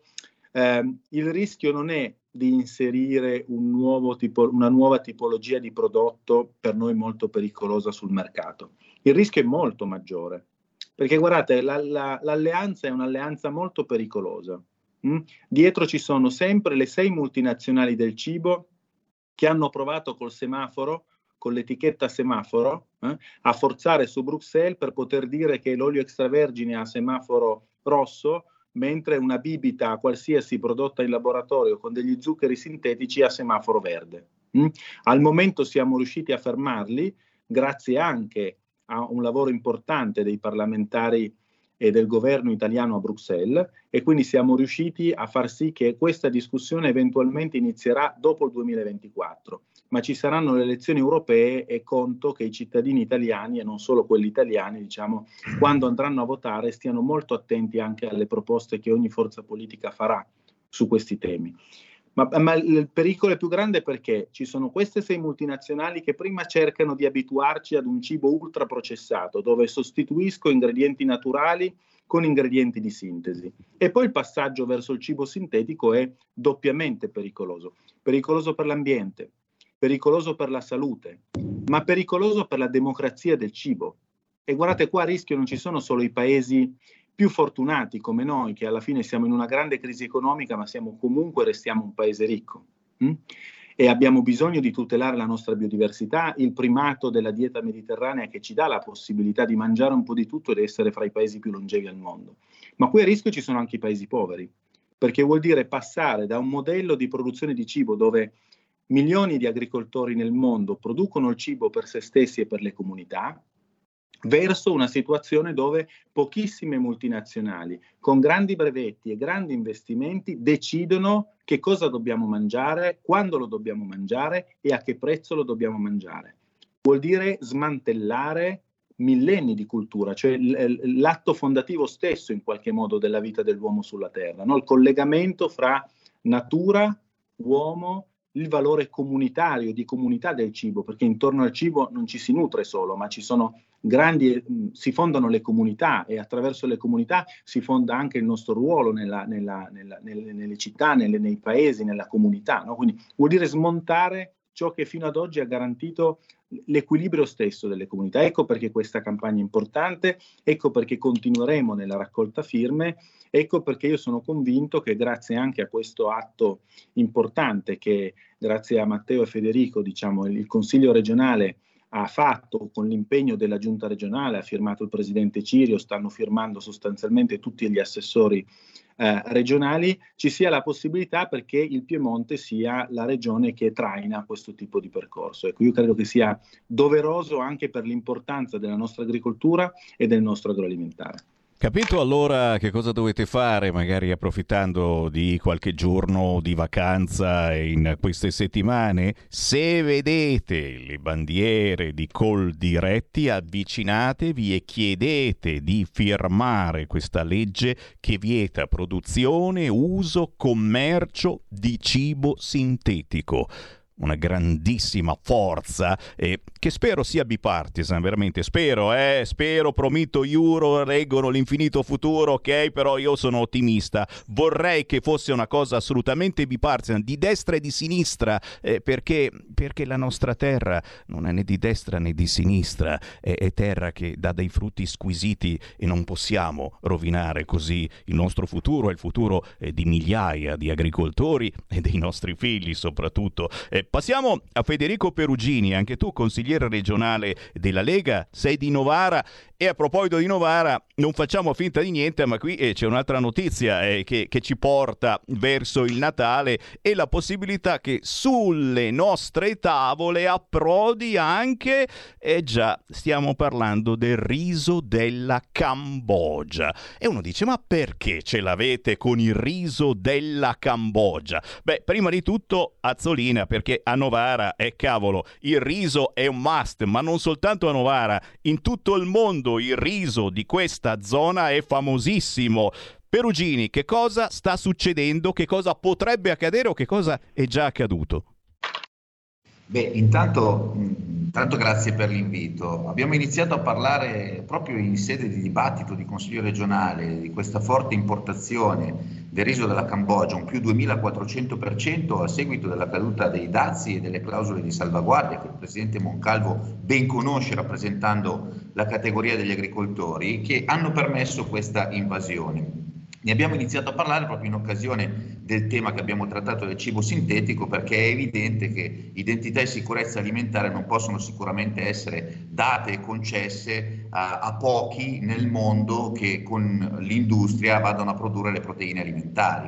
il rischio non è di inserire una nuova tipologia di prodotto per noi molto pericolosa sul mercato. Il rischio è molto maggiore, perché guardate, l'alleanza è un'alleanza molto pericolosa. Dietro ci sono sempre le 6 multinazionali del cibo che hanno provato col semaforo con l'etichetta semaforo, a forzare su Bruxelles per poter dire che l'olio extravergine ha semaforo rosso, mentre una bibita qualsiasi prodotta in laboratorio con degli zuccheri sintetici ha semaforo verde. Al momento siamo riusciti a fermarli, grazie anche a un lavoro importante dei parlamentari e del governo italiano a Bruxelles, e quindi siamo riusciti a far sì che questa discussione eventualmente inizierà dopo il 2024, ma ci saranno le elezioni europee e conto che i cittadini italiani, e non solo quelli italiani, diciamo, quando andranno a votare stiano molto attenti anche alle proposte che ogni forza politica farà su questi temi. Ma il pericolo è più grande perché ci sono queste 6 multinazionali che prima cercano di abituarci ad un cibo ultraprocessato, dove sostituisco ingredienti naturali con ingredienti di sintesi. E poi il passaggio verso il cibo sintetico è doppiamente pericoloso. Pericoloso per l'ambiente, pericoloso per la salute, ma pericoloso per la democrazia del cibo. E guardate, qua a rischio non ci sono solo i paesi più fortunati come noi, che alla fine siamo in una grande crisi economica, ma restiamo un paese ricco. E abbiamo bisogno di tutelare la nostra biodiversità, il primato della dieta mediterranea che ci dà la possibilità di mangiare un po' di tutto ed essere fra i paesi più longevi al mondo. Ma qui a rischio ci sono anche i paesi poveri, perché vuol dire passare da un modello di produzione di cibo dove milioni di agricoltori nel mondo producono il cibo per se stessi e per le comunità, verso una situazione dove pochissime multinazionali con grandi brevetti e grandi investimenti decidono che cosa dobbiamo mangiare, quando lo dobbiamo mangiare e a che prezzo lo dobbiamo mangiare. Vuol dire smantellare millenni di cultura, cioè l'atto fondativo stesso in qualche modo della vita dell'uomo sulla Terra, no? Il collegamento fra natura, uomo, il valore comunitario, di comunità del cibo, perché intorno al cibo non ci si nutre solo, ma ci sono si fondano le comunità e attraverso le comunità si fonda anche il nostro ruolo nelle città, nei paesi, nella comunità, no? Quindi vuol dire smontare ciò che fino ad oggi ha garantito l'equilibrio stesso delle comunità. Ecco perché questa campagna è importante, ecco perché continueremo nella raccolta firme, ecco perché io sono convinto che grazie anche a questo atto importante che grazie a Matteo e Federico, diciamo, il Consiglio regionale ha fatto con l'impegno della Giunta regionale, ha firmato il Presidente Cirio, stanno firmando sostanzialmente tutti gli assessori regionali, ci sia la possibilità perché il Piemonte sia la regione che traina questo tipo di percorso. Ecco, io credo che sia doveroso anche per l'importanza della nostra agricoltura e del nostro agroalimentare. Capito allora che cosa dovete fare, magari approfittando di qualche giorno di vacanza in queste settimane? Se vedete le bandiere di Coldiretti, avvicinatevi e chiedete di firmare questa legge che vieta produzione, uso, commercio di cibo sintetico. Una grandissima forza che spero sia bipartisan, veramente spero, prometto, giuro, reggono l'infinito futuro, ok? Però io sono ottimista, vorrei che fosse una cosa assolutamente bipartisan, di destra e di sinistra, perché la nostra terra non è né di destra né di sinistra, è terra che dà dei frutti squisiti e non possiamo rovinare così il nostro futuro e il futuro di migliaia di agricoltori e dei nostri figli soprattutto. Passiamo a Federico Perugini, anche tu consigliere regionale della Lega, sei di Novara, e a proposito di Novara non facciamo finta di niente, ma qui c'è un'altra notizia che ci porta verso il Natale e la possibilità che sulle nostre tavole approdi anche, già stiamo parlando del riso della Cambogia. E uno dice, ma perché ce l'avete con il riso della Cambogia? Beh, prima di tutto Azzolina, perché a Novara, cavolo, il riso è un must, ma non soltanto a Novara, in tutto il mondo il riso di questa zona è famosissimo. Perugini, che cosa sta succedendo? Che cosa potrebbe accadere o che cosa è già accaduto? Beh, intanto grazie per l'invito. Abbiamo iniziato a parlare proprio in sede di dibattito di Consiglio regionale di questa forte importazione del riso della Cambogia, un più 2400% a seguito della caduta dei dazi e delle clausole di salvaguardia che il Presidente Moncalvo ben conosce rappresentando la categoria degli agricoltori, che hanno permesso questa invasione. Ne abbiamo iniziato a parlare proprio in occasione del tema che abbiamo trattato del cibo sintetico, perché è evidente che identità e sicurezza alimentare non possono sicuramente essere date e concesse a pochi nel mondo che con l'industria vadano a produrre le proteine alimentari.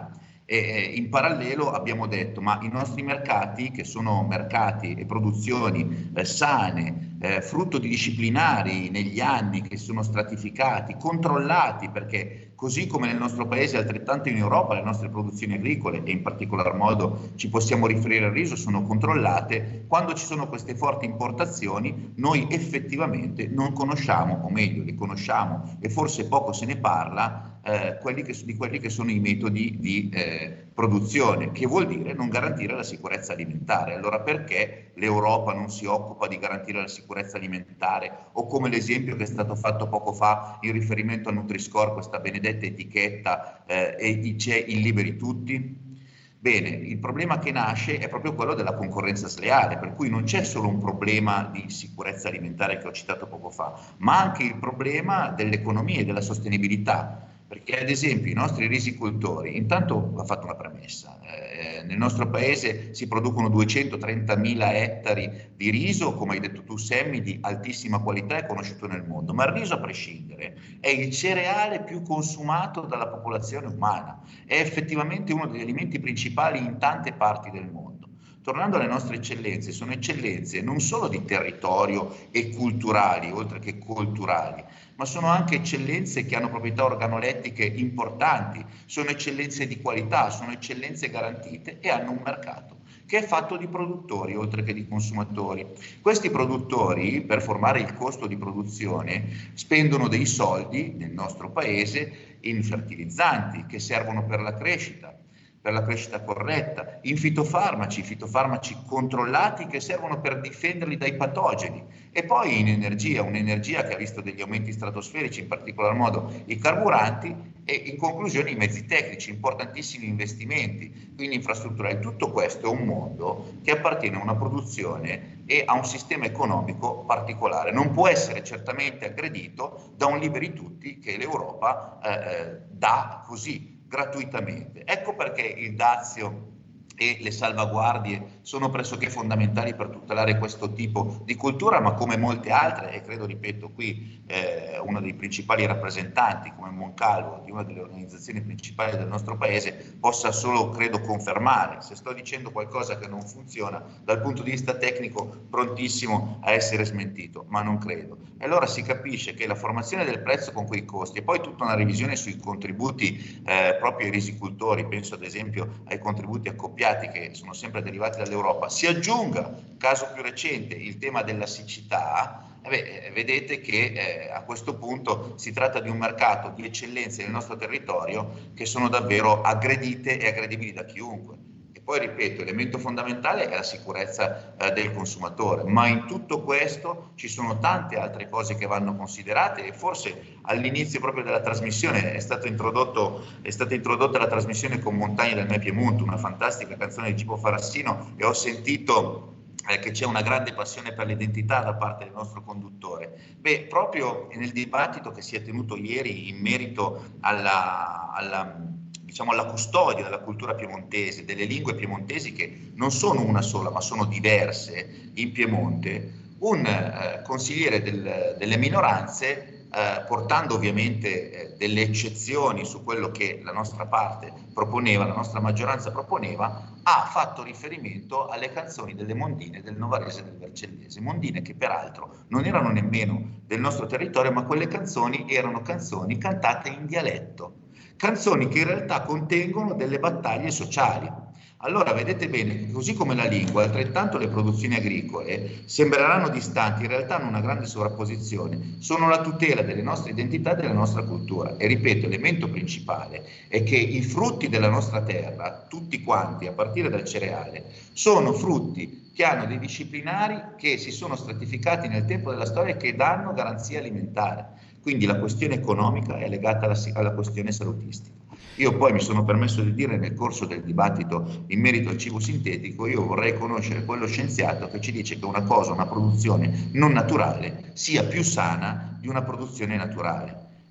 E in parallelo abbiamo detto, ma i nostri mercati, che sono mercati e produzioni sane, frutto di disciplinari negli anni che sono stratificati, controllati, perché così come nel nostro paese, altrettanto in Europa, le nostre produzioni agricole, e in particolar modo ci possiamo riferire al riso, sono controllate. Quando ci sono queste forti importazioni, noi effettivamente non conosciamo, o meglio, li conosciamo e forse poco se ne parla, di quelli che sono i metodi di produzione, che vuol dire non garantire la sicurezza alimentare. Allora perché l'Europa non si occupa di garantire la sicurezza alimentare, o come l'esempio che è stato fatto poco fa in riferimento al Nutri-Score, questa benedetta etichetta e dice il liberi tutti? Bene, il problema che nasce è proprio quello della concorrenza sleale, per cui non c'è solo un problema di sicurezza alimentare che ho citato poco fa, ma anche il problema dell'economia e della sostenibilità. Perché ad esempio i nostri risicoltori, intanto va fatta una premessa, nel nostro paese si producono 230.000 ettari di riso, come hai detto tu Sammy, di altissima qualità e conosciuto nel mondo, ma il riso a prescindere è il cereale più consumato dalla popolazione umana, è effettivamente uno degli alimenti principali in tante parti del mondo. Tornando alle nostre eccellenze, sono eccellenze non solo di territorio e culturali, oltre che culturali, ma sono anche eccellenze che hanno proprietà organolettiche importanti, sono eccellenze di qualità, sono eccellenze garantite e hanno un mercato che è fatto di produttori oltre che di consumatori. Questi produttori, per formare il costo di produzione, spendono dei soldi nel nostro paese in fertilizzanti che servono per la crescita corretta, in fitofarmaci controllati che servono per difenderli dai patogeni, e poi in energia, un'energia che ha visto degli aumenti stratosferici, in particolar modo i carburanti, e in conclusione i mezzi tecnici, importantissimi investimenti, quindi infrastrutturali. Tutto questo è un mondo che appartiene a una produzione e a un sistema economico particolare. Non può essere certamente aggredito da un liberi tutti che l'Europa dà così gratuitamente. Ecco perché il dazio e le salvaguardie sono pressoché fondamentali per tutelare questo tipo di cultura, ma come molte altre, e credo, ripeto, qui uno dei principali rappresentanti come Moncalvo di una delle organizzazioni principali del nostro paese possa solo, credo, confermare. Se sto dicendo qualcosa che non funziona dal punto di vista tecnico, prontissimo a essere smentito, ma non credo. E allora si capisce che la formazione del prezzo con quei costi e poi tutta una revisione sui contributi proprio ai risicoltori, penso ad esempio ai contributi accoppiati che sono sempre derivati dall'Europa, si aggiunga, caso più recente, il tema della siccità, vedete che a questo punto si tratta di un mercato di eccellenze nel nostro territorio che sono davvero aggredite e aggredibili da chiunque. E poi, ripeto, elemento fondamentale è la sicurezza del consumatore, ma in tutto questo ci sono tante altre cose che vanno considerate, e forse all'inizio proprio della trasmissione è stata introdotta la trasmissione con Montagne del Me Piemonte, una fantastica canzone di Cibo Farassino, e ho sentito che c'è una grande passione per l'identità da parte del nostro conduttore. Proprio nel dibattito che si è tenuto ieri in merito alla custodia della cultura piemontese, delle lingue piemontesi, che non sono una sola ma sono diverse in Piemonte, un consigliere delle minoranze, portando ovviamente delle eccezioni su quello che la nostra parte proponeva, la nostra maggioranza proponeva, ha fatto riferimento alle canzoni delle mondine del novarese e del vercellese, mondine che peraltro non erano nemmeno del nostro territorio, ma quelle canzoni erano canzoni cantate in dialetto, canzoni che in realtà contengono delle battaglie sociali. Allora vedete bene che così come la lingua, altrettanto le produzioni agricole sembreranno distanti, in realtà hanno una grande sovrapposizione, sono la tutela delle nostre identità e della nostra cultura. E ripeto, l'elemento principale è che i frutti della nostra terra, tutti quanti, a partire dal cereale, sono frutti che hanno dei disciplinari che si sono stratificati nel tempo della storia e che danno garanzia alimentare. Quindi la questione economica è legata alla questione salutistica. Io poi mi sono permesso di dire nel corso del dibattito in merito al cibo sintetico, io vorrei conoscere quello scienziato che ci dice che una produzione non naturale sia più sana di una produzione naturale.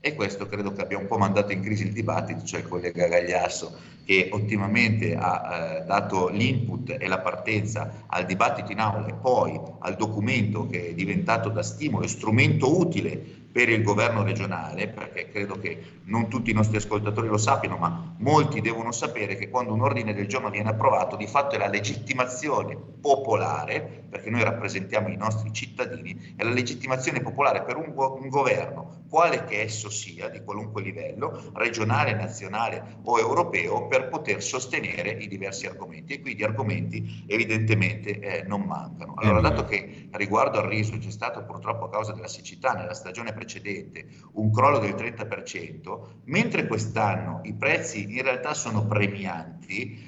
e questo credo che abbia un po' mandato in crisi il dibattito, cioè il collega Gagliasso che ottimamente ha dato l'input e la partenza al dibattito in aula e poi al documento che è diventato da stimolo e strumento utile per il governo regionale, perché credo che non tutti i nostri ascoltatori lo sappiano, ma molti devono sapere che quando un ordine del giorno viene approvato, di fatto è la legittimazione popolare, perché noi rappresentiamo i nostri cittadini, è la legittimazione popolare per un governo, quale che esso sia, di qualunque livello, regionale, nazionale o europeo, per poter sostenere i diversi argomenti. E qui di argomenti evidentemente non mancano. Allora, dato che riguardo al riso c'è stato purtroppo a causa della siccità nella stagione precedente un crollo del 30%, mentre quest'anno i prezzi in realtà sono premianti,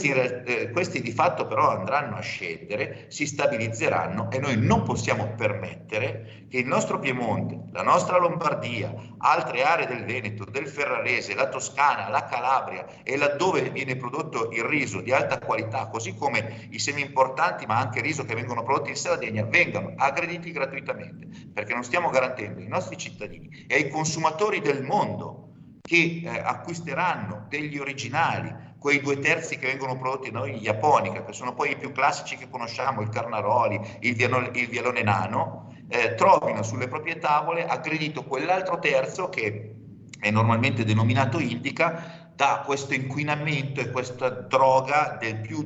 questi di fatto però andranno a scendere, si stabilizzeranno e noi non possiamo permettere che il nostro Piemonte, la nostra Lombardia, altre aree del Veneto, del Ferrarese, la Toscana, la Calabria e laddove viene prodotto il riso di alta qualità, così come i semi importanti ma anche il riso che vengono prodotti in Sardegna, vengano aggrediti gratuitamente, perché non stiamo garantendo ai nostri cittadini e ai consumatori del mondo che acquisteranno degli originali, quei 2/3 che vengono prodotti da noi in Japonica, che sono poi i più classici che conosciamo, il Carnaroli, il Vialone Nano, trovino sulle proprie tavole aggredito quell'altro terzo che è normalmente denominato indica, da questo inquinamento e questa droga del più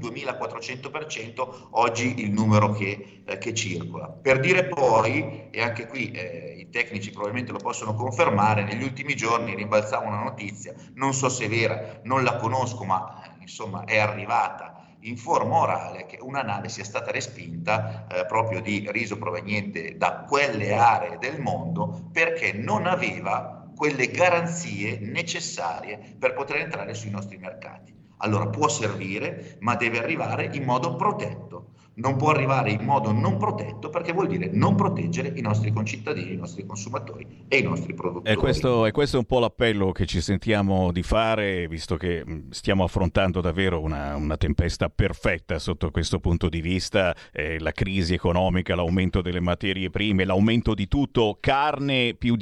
2400%, oggi il numero che circola. Per dire poi, e anche qui i tecnici probabilmente lo possono confermare, negli ultimi giorni rimbalzava una notizia, non so se è vera, non la conosco, ma insomma è arrivata in forma orale, che una nave sia stata respinta proprio di riso proveniente da quelle aree del mondo perché non aveva quelle garanzie necessarie per poter entrare sui nostri mercati. Allora può servire, ma deve arrivare in modo protetto. Non può arrivare in modo non protetto, perché vuol dire non proteggere i nostri concittadini, i nostri consumatori e i nostri produttori. E questo è un po' l'appello che ci sentiamo di fare, visto che stiamo affrontando davvero una tempesta perfetta sotto questo punto di vista, la crisi economica, l'aumento delle materie prime, l'aumento di tutto, carne più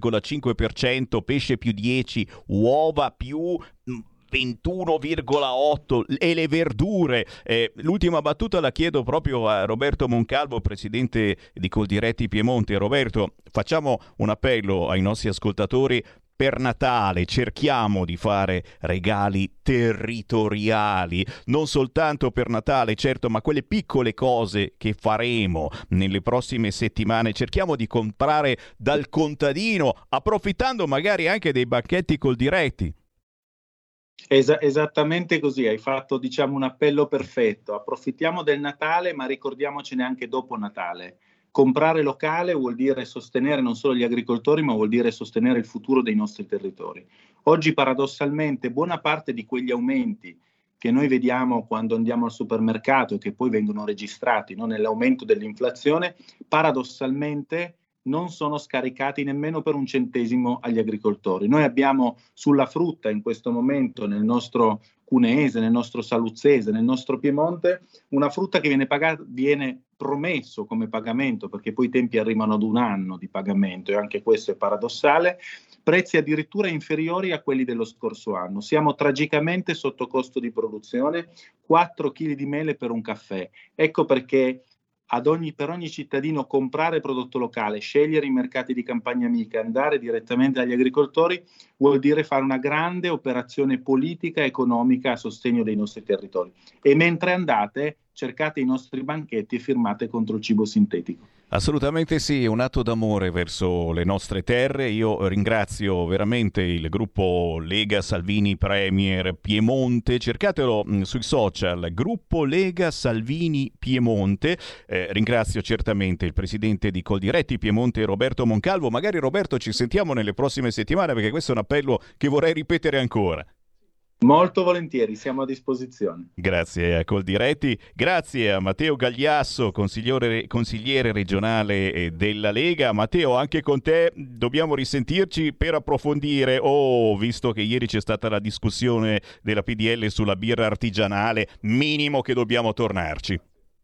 10,5%, pesce più 10%, uova più 21,8% e le verdure. L'ultima battuta la chiedo proprio a Roberto Moncalvo, presidente di Coldiretti Piemonte. Roberto, facciamo un appello ai nostri ascoltatori. Per Natale cerchiamo di fare regali territoriali, non soltanto per Natale, certo, ma quelle piccole cose che faremo nelle prossime settimane. Cerchiamo di comprare dal contadino, approfittando magari anche dei banchetti Coldiretti. Esattamente così, hai fatto diciamo un appello perfetto. Approfittiamo del Natale, ma ricordiamocene anche dopo Natale. Comprare locale vuol dire sostenere non solo gli agricoltori, ma vuol dire sostenere il futuro dei nostri territori. Oggi paradossalmente buona parte di quegli aumenti che noi vediamo quando andiamo al supermercato e che poi vengono registrati, no, nell'aumento dell'inflazione, paradossalmente non sono scaricati nemmeno per un centesimo agli agricoltori. Noi abbiamo sulla frutta in questo momento nel nostro cuneese, nel nostro saluzzese, nel nostro Piemonte, una frutta che viene promesso come pagamento, perché poi i tempi arrivano ad un anno di pagamento e anche questo è paradossale, prezzi addirittura inferiori a quelli dello scorso anno. Siamo tragicamente sotto costo di produzione, 4 kg di mele per un caffè. Ecco perché per ogni cittadino comprare prodotto locale, scegliere i mercati di campagna amica, andare direttamente agli agricoltori vuol dire fare una grande operazione politica e economica a sostegno dei nostri territori. E mentre andate, cercate i nostri banchetti e firmate contro il cibo sintetico. Assolutamente sì, è un atto d'amore verso le nostre terre. Io ringrazio veramente il gruppo Lega Salvini Premier Piemonte, cercatelo sui social, gruppo Lega Salvini Piemonte. Ringrazio certamente il presidente di Coldiretti Piemonte Roberto Moncalvo. Magari Roberto ci sentiamo nelle prossime settimane, perché questo è un appello che vorrei ripetere ancora. Molto volentieri, siamo a disposizione. Grazie a Coldiretti, grazie a Matteo Gagliasso, consigliere regionale della Lega. Matteo, anche con te dobbiamo risentirci per approfondire, visto che ieri c'è stata la discussione della PDL sulla birra artigianale, minimo che dobbiamo tornarci.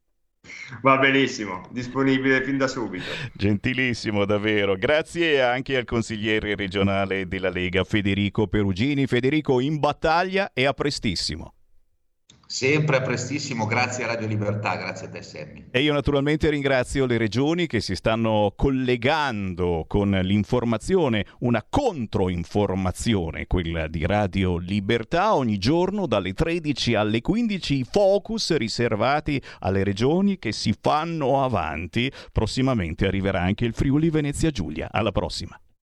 Va benissimo, disponibile fin da subito. Gentilissimo, davvero. Grazie anche al consigliere regionale della Lega, Federico Perugini. Federico, in battaglia e a prestissimo. Sempre a prestissimo, grazie a Radio Libertà, grazie a te Sammy. E io naturalmente ringrazio le regioni che si stanno collegando con l'informazione, una controinformazione, quella di Radio Libertà, ogni giorno dalle 13 alle 15, i focus riservati alle regioni che si fanno avanti. Prossimamente arriverà anche il Friuli Venezia Giulia. Alla prossima.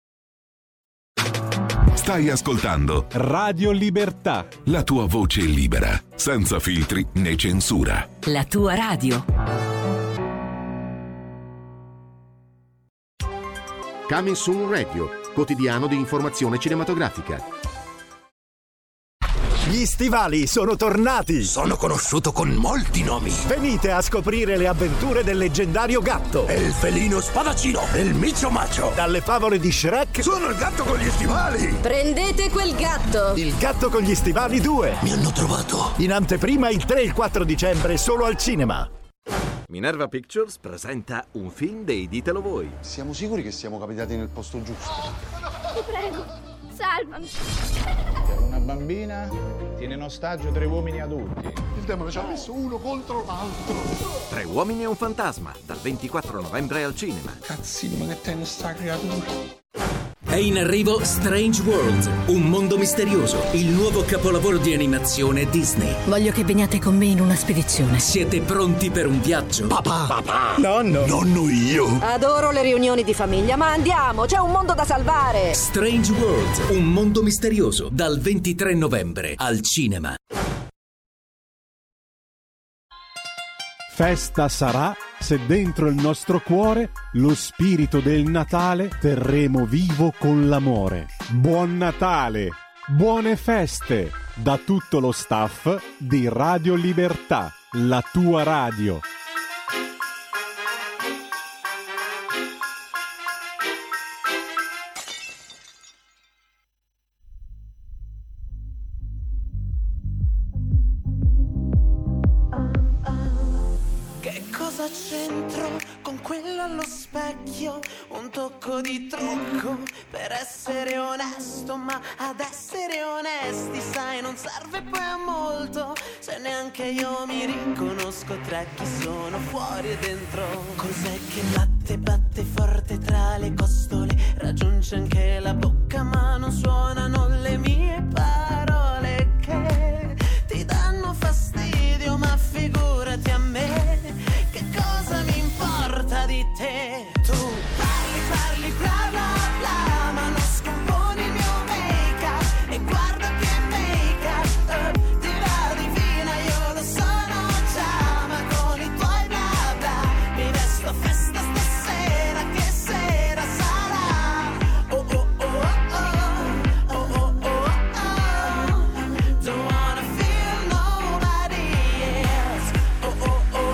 Stai ascoltando Radio Libertà, la tua voce libera, senza filtri né censura. La tua radio. Coming Soon Radio, quotidiano di informazione cinematografica. Gli stivali sono tornati! Sono conosciuto con molti nomi. Venite a scoprire le avventure del leggendario gatto. E il felino spadaccino, il micio macio. Dalle favole di Shrek. Sono il gatto con gli stivali! Prendete quel gatto! Il gatto con gli stivali 2. Mi hanno trovato. In anteprima il 3 e il 4 dicembre solo al cinema. Minerva Pictures presenta un film dei Ditelo Voi. Siamo sicuri che siamo capitati nel posto giusto? Ti prego, salvami. Per una bambina tiene in ostaggio 3 uomini adulti. Il demone ci ha messo uno contro l'altro. 3 uomini e un fantasma, dal 24 novembre al cinema. Cazzino, ma che te ne sta creatura? È in arrivo Strange World, un mondo misterioso, il nuovo capolavoro di animazione Disney. Voglio che veniate con me in una spedizione. Siete pronti per un viaggio? Papà! Nonno! Nonno io! Adoro le riunioni di famiglia, ma andiamo, c'è un mondo da salvare! Strange World, un mondo misterioso, dal 23 novembre al cinema. Festa sarà se dentro il nostro cuore lo spirito del Natale terremo vivo con l'amore. Buon Natale, buone feste da tutto lo staff di Radio Libertà, la tua radio. C'entro con quello allo specchio, un tocco di trucco per essere onesto, ma ad essere onesti sai non serve poi a molto, se neanche io mi riconosco tra chi sono fuori e dentro. Cos'è che batte forte tra le costole, raggiunge anche la bocca ma non suonano le mie parole che ti danno fastidio, ma figurati a me. Che cosa mi importa di te? Tu parli bla bla bla, ma non scomponi il mio make-up. E guarda che make-up, ti va divina, io lo sono già. Ma con i tuoi bla bla, mi vesto a festa stasera, che sera sarà? Oh oh oh oh, oh oh oh oh. Don't wanna feel nobody else. Oh oh oh.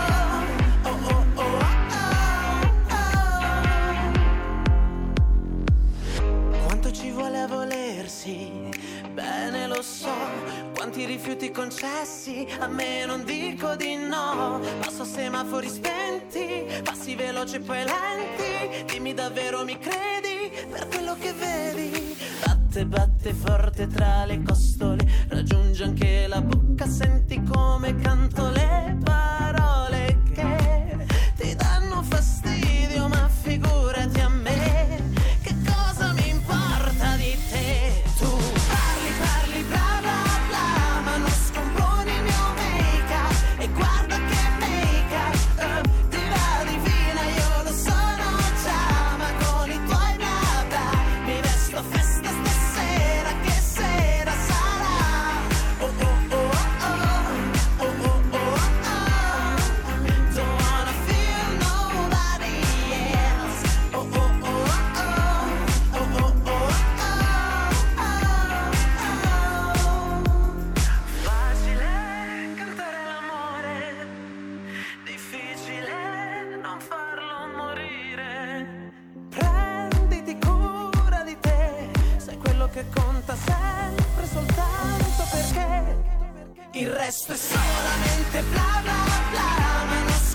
Bene lo so, quanti rifiuti concessi, a me non dico di no. Passo semafori spenti, passi veloci e poi lenti. Dimmi davvero mi credi, per quello che vedi. Batte forte tra le costole, raggiunge anche la bocca, senti come canto le parole che ti danno fastidio, ma figurati a me. Che cosa mi importa di te? Tu parli bla bla bla, ma non scomponi il mio make-up. E guarda che make-up, ti va divina, io lo sono già. Ma con i tuoi bla bla, mi vesto a festa stasera, che sera sarà? Oh oh oh oh, oh oh oh oh. Don't wanna feel nobody else. Oh oh oh oh, oh oh oh oh. Facile cantare l'amore, difficile non farlo morire. Prenditi cura di te, sai quello che conta sempre soltanto perché il resto è solamente bla bla bla, ma non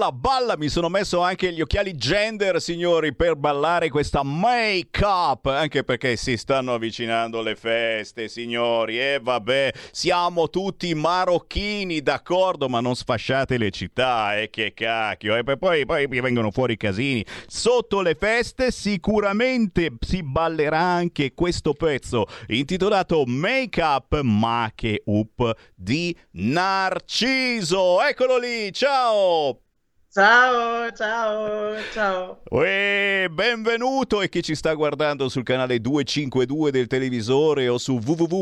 balla, mi sono messo anche gli occhiali gender, signori, per ballare questa make-up, anche perché si stanno avvicinando le feste, signori, e vabbè, siamo tutti marocchini, d'accordo, ma non sfasciate le città, che cacchio, e poi vengono fuori i casini. Sotto le feste sicuramente si ballerà anche questo pezzo intitolato Make-up Make Up di Narciso. Eccolo lì, ciao! Ciao. Benvenuto, e chi ci sta guardando sul canale 252 del televisore o su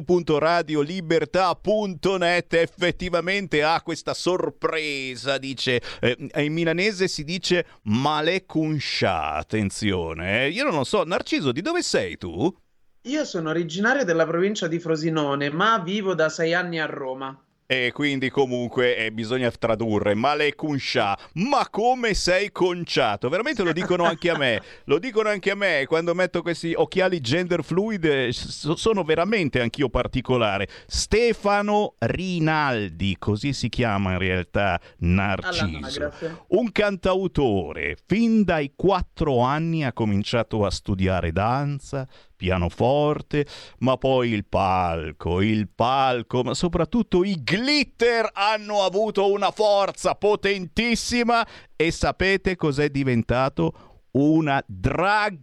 www.radiolibertà.net effettivamente ha questa sorpresa, dice, in milanese si dice Malekunsha, attenzione, io non lo so, Narciso, di dove sei tu? Io sono originario della provincia di Frosinone, ma vivo da 6 anni a Roma. E quindi comunque bisogna tradurre Malekunsha, ma come sei conciato? Veramente lo dicono anche a me, quando metto questi occhiali gender fluid, sono veramente anch'io particolare. Stefano Rinaldi, così si chiama in realtà Narciso, un cantautore, fin dai 4 anni ha cominciato a studiare danza, pianoforte, ma poi il palco, ma soprattutto i glitter hanno avuto una forza potentissima, e sapete cos'è diventato? Una drag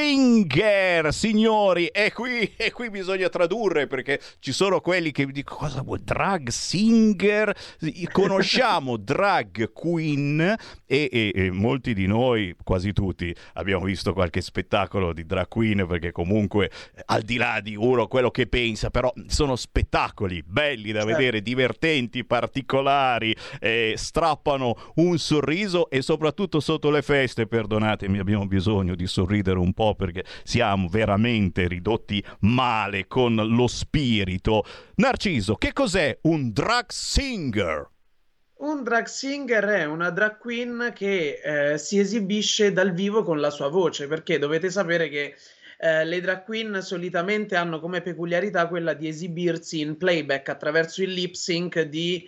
singer, signori, e qui bisogna tradurre, perché ci sono quelli che mi dicono cosa vuol drag singer? Conosciamo drag queen e molti di noi, quasi tutti, abbiamo visto qualche spettacolo di drag queen, perché comunque al di là di uno quello che pensa, però sono spettacoli belli da vedere, divertenti, particolari, strappano un sorriso, e soprattutto sotto le feste, perdonatemi, abbiamo bisogno di sorridere un po' perché siamo veramente ridotti male con lo spirito. Narciso, che cos'è un drag singer? Un drag singer è una drag queen che si esibisce dal vivo con la sua voce, perché dovete sapere che le drag queen solitamente hanno come peculiarità quella di esibirsi in playback attraverso il lip sync di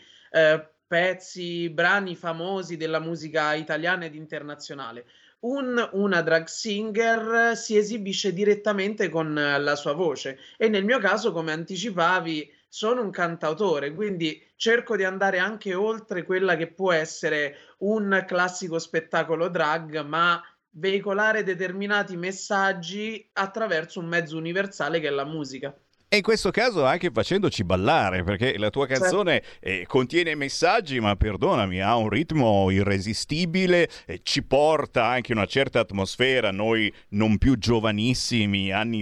pezzi, brani famosi della musica italiana ed internazionale. Una drag singer si esibisce direttamente con la sua voce, e nel mio caso, come anticipavi, sono un cantautore, quindi cerco di andare anche oltre quella che può essere un classico spettacolo drag, ma veicolare determinati messaggi attraverso un mezzo universale che è la musica. E in questo caso anche facendoci ballare, perché la tua canzone contiene messaggi, ma perdonami, ha un ritmo irresistibile, ci porta anche una certa atmosfera, noi non più giovanissimi, anni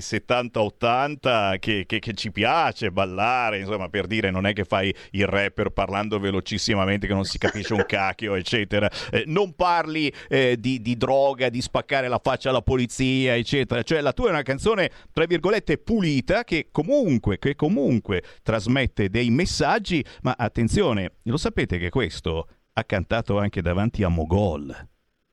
70-80, che ci piace ballare, insomma, per dire, non è che fai il rapper parlando velocissimamente che non si capisce un cacchio, eccetera. Non parli di droga, di spaccare la faccia alla polizia, eccetera. Cioè la tua è una canzone, tra virgolette, pulita, che comunque trasmette dei messaggi, ma attenzione, lo sapete che questo ha cantato anche davanti a Mogol?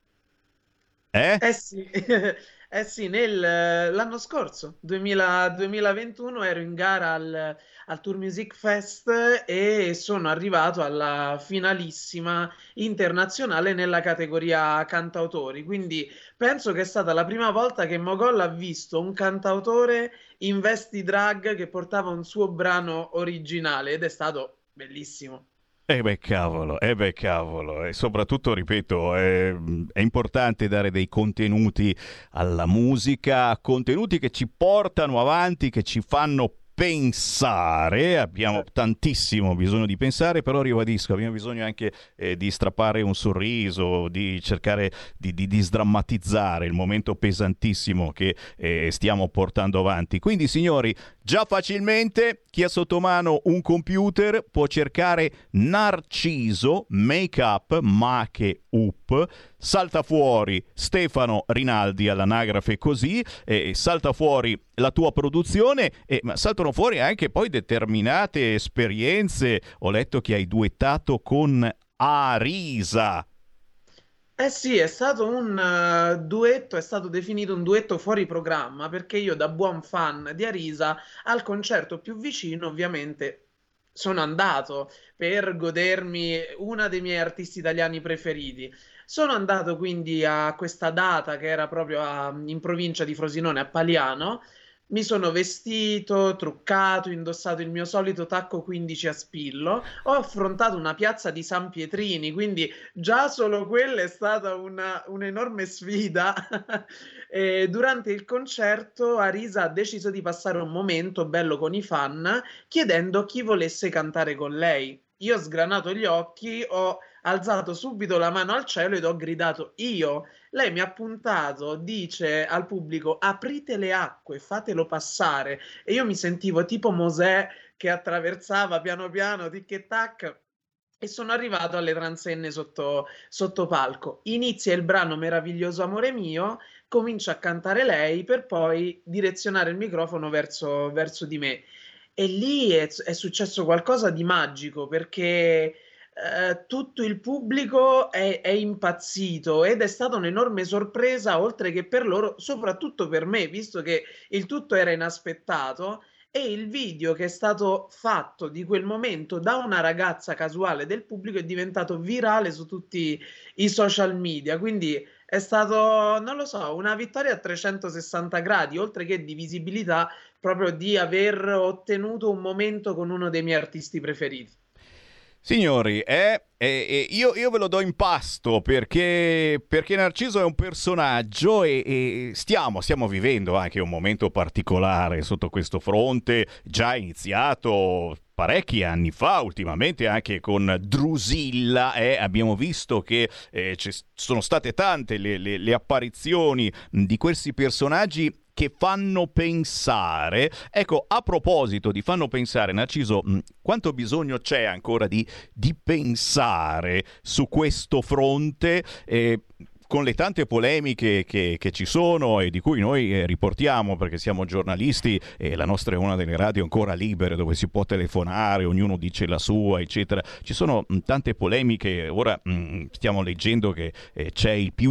Sì, l'anno scorso, 2021, ero in gara al Tour Music Fest e sono arrivato alla finalissima internazionale nella categoria cantautori, quindi penso che è stata la prima volta che Mogol ha visto un cantautore in vesti drag che portava un suo brano originale, ed è stato bellissimo. Cavolo, e soprattutto, ripeto, è importante dare dei contenuti alla musica, contenuti che ci portano avanti, che ci fanno pensare. Abbiamo tantissimo bisogno di pensare, però ribadisco, abbiamo bisogno anche di strappare un sorriso, di cercare di sdrammatizzare il momento pesantissimo che stiamo portando avanti. Quindi, signori, già facilmente chi ha sotto mano un computer può cercare Narciso Make-up Make Up, salta fuori Stefano Rinaldi all'anagrafe così, salta fuori la tua produzione, ma saltano fuori anche poi determinate esperienze. Ho letto che hai duettato con Arisa. Sì, è stato un duetto, è stato definito un duetto fuori programma, perché io, da buon fan di Arisa, al concerto più vicino ovviamente sono andato per godermi una dei miei artisti italiani preferiti. Sono andato quindi a questa data che era proprio in provincia di Frosinone, a Paliano. Mi sono vestito, truccato, indossato il mio solito tacco 15 a spillo, ho affrontato una piazza di San Pietrini, quindi già solo quella è stata un'enorme sfida. E durante il concerto Arisa ha deciso di passare un momento bello con i fan, chiedendo chi volesse cantare con lei. Io ho sgranato gli occhi, ho alzato subito la mano al cielo ed ho gridato io. Lei mi ha puntato, dice al pubblico: aprite le acque, fatelo passare. E io mi sentivo tipo Mosè che attraversava piano piano, tic e tac, e sono arrivato alle transenne sotto palco. Inizia il brano Meraviglioso amore mio, comincia a cantare lei per poi direzionare il microfono verso di me. E lì è successo qualcosa di magico, perché tutto il pubblico è impazzito ed è stata un'enorme sorpresa, oltre che per loro, soprattutto per me, visto che il tutto era inaspettato. E il video che è stato fatto di quel momento da una ragazza casuale del pubblico è diventato virale su tutti i social media, quindi è stato, non lo so, una vittoria a 360 gradi, oltre che di visibilità, proprio di aver ottenuto un momento con uno dei miei artisti preferiti. Signori, io ve lo do in pasto perché Narciso è un personaggio e stiamo vivendo anche un momento particolare sotto questo fronte, già iniziato parecchi anni fa, ultimamente anche con Drusilla. Abbiamo visto che ci sono state tante le apparizioni di questi personaggi che fanno pensare. Ecco, a proposito di fanno pensare, Narciso, quanto bisogno c'è ancora di pensare su questo fronte, con le tante polemiche che ci sono e di cui noi riportiamo perché siamo giornalisti e la nostra è una delle radio ancora libere dove si può telefonare, ognuno dice la sua, eccetera. Ci sono tante polemiche. Ora stiamo leggendo che c'è il più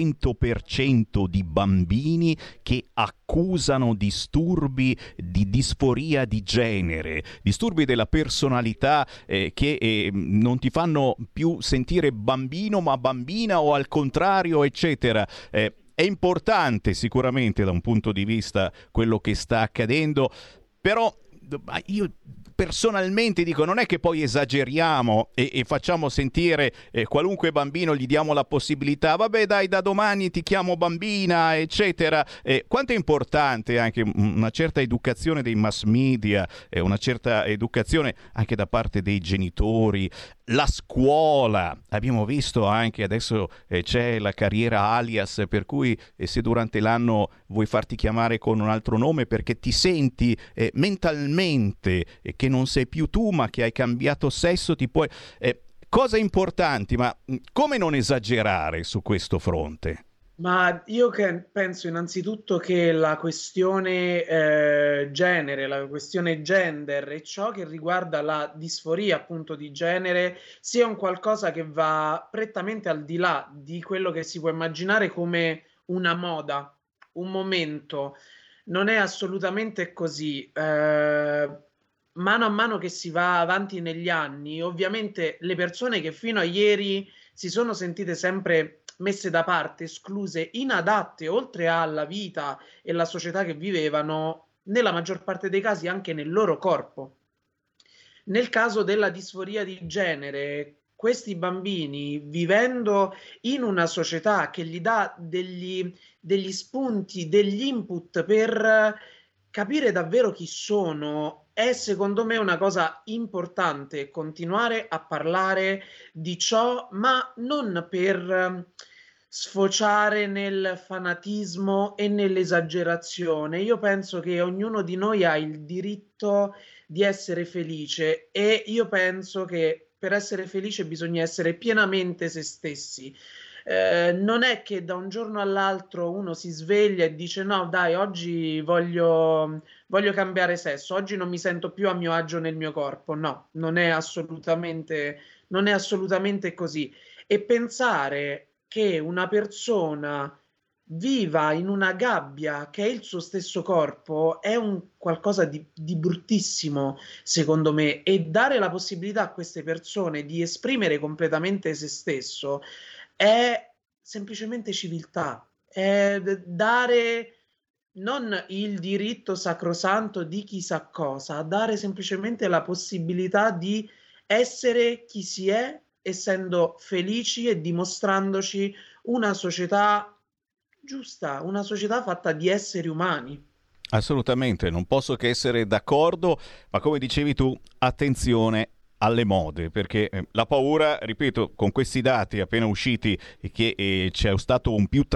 300% di bambini che accusano disturbi di disforia di genere, disturbi della personalità che non ti fanno più sentire bambino ma bambina o al contrario, eccetera. È importante sicuramente da un punto di vista quello che sta accadendo, però io personalmente dico, non è che poi esageriamo e facciamo sentire qualunque bambino, gli diamo la possibilità, vabbè dai, da domani ti chiamo bambina, eccetera. Quanto è importante anche una certa educazione dei mass media, una certa educazione anche da parte dei genitori, la scuola. Abbiamo visto anche adesso c'è la carriera alias, per cui se durante l'anno vuoi farti chiamare con un altro nome perché ti senti mentalmente che non sei più tu ma che hai cambiato sesso, ti puoi... cose importanti, ma come non esagerare su questo fronte? Ma io penso innanzitutto che la questione genere, la questione gender e ciò che riguarda la disforia appunto di genere sia un qualcosa che va prettamente al di là di quello che si può immaginare come una moda, un momento. Non è assolutamente così. Mano a mano che si va avanti negli anni, ovviamente le persone che fino a ieri si sono sentite sempre messe da parte, escluse, inadatte oltre alla vita e la società che vivevano, nella maggior parte dei casi anche nel loro corpo. Nel caso della disforia di genere, questi bambini, vivendo in una società che gli dà degli spunti, degli input per capire davvero chi sono, è secondo me una cosa importante continuare a parlare di ciò, ma non per sfociare nel fanatismo e nell'esagerazione. Io penso che ognuno di noi ha il diritto di essere felice e io penso che per essere felice bisogna essere pienamente se stessi. Non è che da un giorno all'altro uno si sveglia e dice no dai, oggi voglio cambiare sesso, oggi non mi sento più a mio agio nel mio corpo. No, non è assolutamente così. E pensare che una persona viva in una gabbia che è il suo stesso corpo è un qualcosa di bruttissimo, secondo me, e dare la possibilità a queste persone di esprimere completamente se stesso è semplicemente civiltà, è dare non il diritto sacrosanto di chissà cosa, dare semplicemente la possibilità di essere chi si è, essendo felici e dimostrandoci una società giusta, una società fatta di esseri umani. Assolutamente, non posso che essere d'accordo, ma come dicevi tu, attenzione alle mode, perché la paura, ripeto, con questi dati appena usciti, che c'è stato un più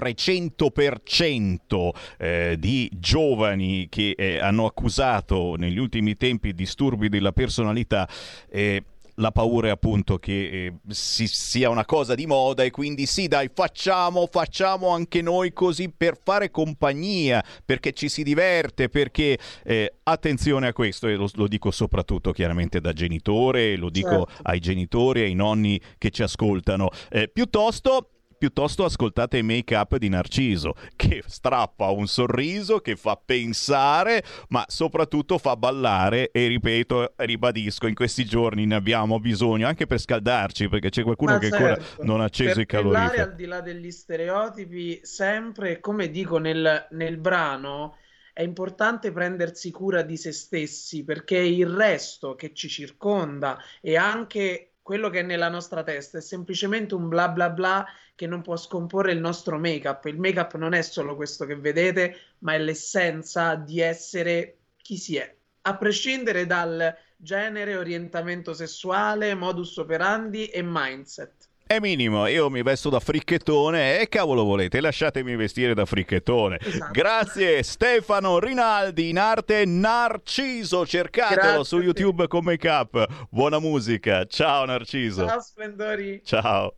300% di giovani che hanno accusato negli ultimi tempi disturbi della personalità, la paura è appunto che sia una cosa di moda e quindi sì dai facciamo anche noi così per fare compagnia, perché ci si diverte, perché attenzione a questo, e lo dico soprattutto chiaramente da genitore, lo dico ai genitori e ai nonni che ci ascoltano, piuttosto ascoltate i make-up di Narciso, che strappa un sorriso, che fa pensare, ma soprattutto fa ballare, e ripeto, ribadisco, in questi giorni ne abbiamo bisogno anche per scaldarci, perché c'è qualcuno che ancora non ha acceso i caloriferi. Al di là degli stereotipi, sempre, come dico nel brano, è importante prendersi cura di se stessi, perché il resto che ci circonda e anche quello che è nella nostra testa è semplicemente un bla bla bla che non può scomporre il nostro make-up. Il make-up non è solo questo che vedete, ma è l'essenza di essere chi si è, a prescindere dal genere, orientamento sessuale, modus operandi e mindset. È minimo, io mi vesto da fricchettone e cavolo volete, lasciatemi vestire da fricchettone. Esatto. Grazie Stefano Rinaldi, in arte Narciso, cercatelo su YouTube con Make Up. Buona musica, ciao Narciso. Ciao Splendori. Ciao.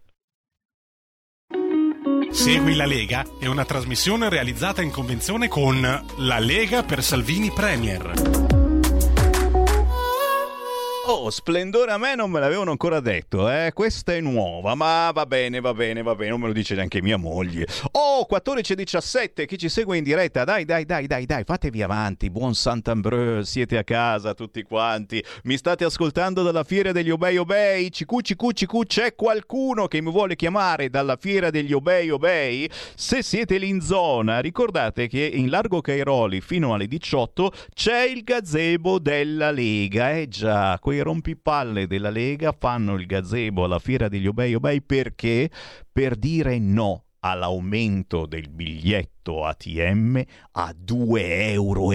Segui la Lega è una trasmissione realizzata in convenzione con La Lega per Salvini Premier. Oh, Splendore a me non me l'avevano ancora detto, questa è nuova, ma va bene, non me lo dice neanche mia moglie. Oh, 14:17, chi ci segue in diretta, dai, fatevi avanti, buon Sant'Ambreu, siete a casa tutti quanti, mi state ascoltando dalla Fiera degli Obei, cicu, c'è qualcuno che mi vuole chiamare dalla Fiera degli Obei? Se siete lì in zona, ricordate che in Largo Cairoli fino alle 18 c'è il gazebo della Lega, già, quei rompipalle della Lega fanno il gazebo alla Fiera degli Obei perché? Per dire no all'aumento del biglietto ATM a 2,20 euro.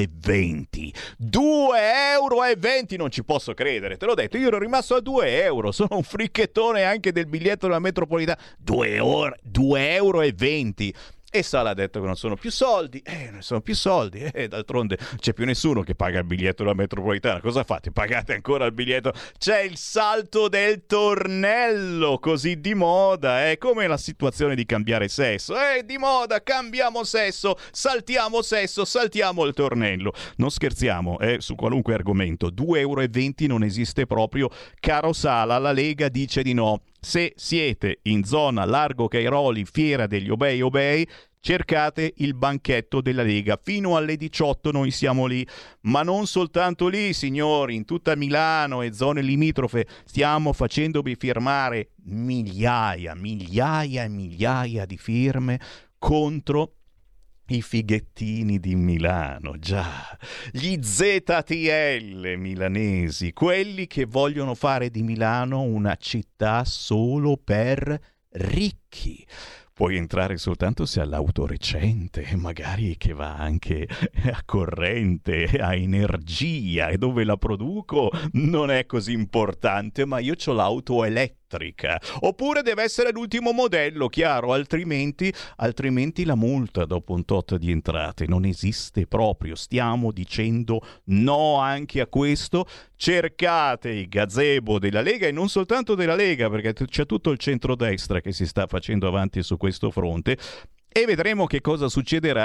2,20 €! Non ci posso credere, te l'ho detto, io ero rimasto a 2 euro, sono un fricchettone anche del biglietto della metropolitana, 2,20 euro. E Sala ha detto che non sono più soldi, d'altronde c'è più nessuno che paga il biglietto della metropolitana, cosa fate? Pagate ancora il biglietto? C'è il salto del tornello, così di moda, come la situazione di cambiare sesso, di moda, cambiamo sesso, saltiamo il tornello. Non scherziamo, su qualunque argomento, 2,20 € non esiste proprio, caro Sala, la Lega dice di no. Se siete in zona Largo Cairoli, Fiera degli Obei, cercate il banchetto della Lega. Fino alle 18 noi siamo lì, ma non soltanto lì, signori, in tutta Milano e zone limitrofe stiamo facendovi firmare migliaia di firme contro i fighettini di Milano, già, gli ZTL milanesi, quelli che vogliono fare di Milano una città solo per ricchi. Puoi entrare soltanto se hai l'auto recente, magari che va anche a corrente, a energia, e dove la produco non è così importante, ma io c'ho l'auto elettrica. Oppure deve essere l'ultimo modello, chiaro, altrimenti la multa dopo un tot di entrate non esiste proprio. Stiamo dicendo no anche a questo. Cercate il gazebo della Lega, e non soltanto della Lega, perché c'è tutto il centrodestra che si sta facendo avanti su questo fronte, e vedremo che cosa succederà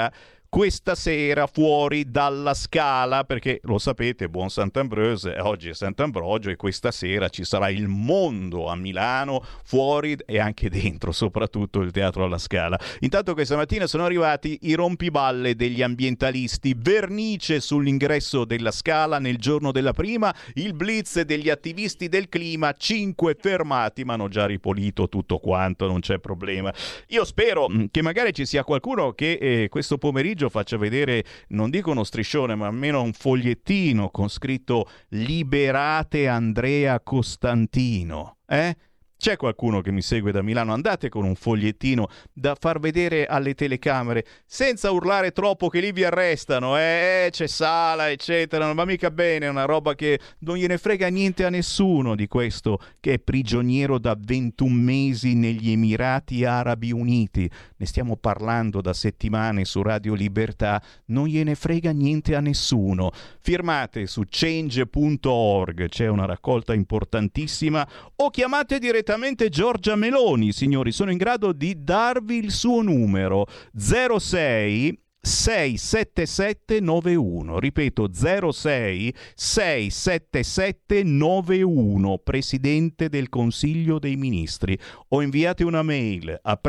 questa sera fuori dalla Scala, perché lo sapete, buon Sant'Ambrogio, oggi è Sant'Ambrogio e questa sera ci sarà il mondo a Milano, fuori e anche dentro, soprattutto il Teatro alla Scala. Intanto questa mattina sono arrivati i rompiballe degli ambientalisti, vernice sull'ingresso della Scala nel giorno della prima, il blitz degli attivisti del clima, 5 fermati, ma hanno già ripulito tutto quanto, non c'è problema. Io spero che magari ci sia qualcuno che questo pomeriggio faccia vedere, non dico uno striscione, ma almeno un fogliettino con scritto "Liberate Andrea Costantino". C'è qualcuno che mi segue da Milano? Andate con un fogliettino da far vedere alle telecamere, senza urlare troppo che lì vi arrestano, c'è Sala, eccetera, non va mica bene, è una roba che non gliene frega niente a nessuno di questo, che è prigioniero da 21 mesi negli Emirati Arabi Uniti. Ne stiamo parlando da settimane su Radio Libertà, non gliene frega niente a nessuno. Firmate su change.org, c'è una raccolta importantissima, o chiamate direttamente Giorgia Meloni, signori, sono in grado di darvi il suo numero 06 677 91, ripeto 06 677 91, Presidente del Consiglio dei Ministri, o inviate una mail a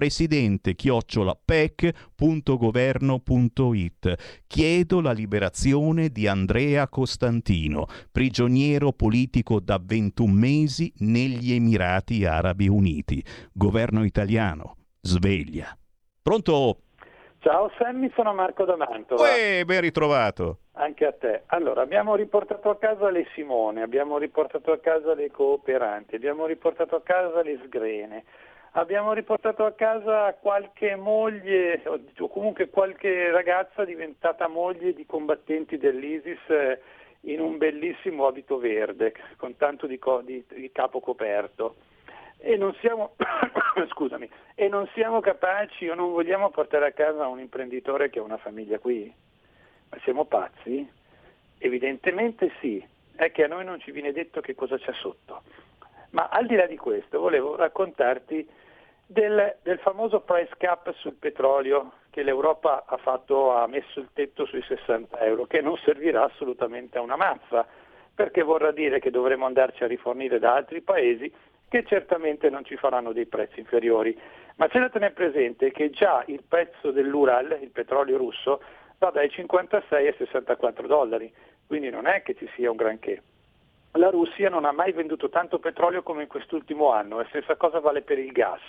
presidente@pec.governo.it. Chiedo la liberazione di Andrea Costantino, prigioniero politico da 21 mesi negli Emirati Arabi Uniti. Governo italiano, sveglia. Pronto? Ciao Sammy, sono Marco da Mantova. Ben ritrovato. Anche a te. Allora, abbiamo riportato a casa le Simone, abbiamo riportato a casa le cooperanti, abbiamo riportato a casa le sgrene, abbiamo riportato a casa qualche moglie, o comunque qualche ragazza diventata moglie di combattenti dell'ISIS in un bellissimo abito verde, con tanto di capo coperto. E non siamo scusami, e non siamo capaci o non vogliamo portare a casa un imprenditore che ha una famiglia qui? Ma siamo pazzi? Evidentemente sì, è che a noi non ci viene detto che cosa c'è sotto. Ma al di là di questo volevo raccontarti del famoso price cap sul petrolio che l'Europa ha messo il tetto sui 60 euro, che non servirà assolutamente a una mazza, perché vorrà dire che dovremo andarci a rifornire da altri paesi che certamente non ci faranno dei prezzi inferiori. Ma c'è da tenere presente che già il prezzo dell'Ural, il petrolio russo, va dai 56 ai 64 dollari, quindi non è che ci sia un granché. La Russia non ha mai venduto tanto petrolio come in quest'ultimo anno, e stessa cosa vale per il gas.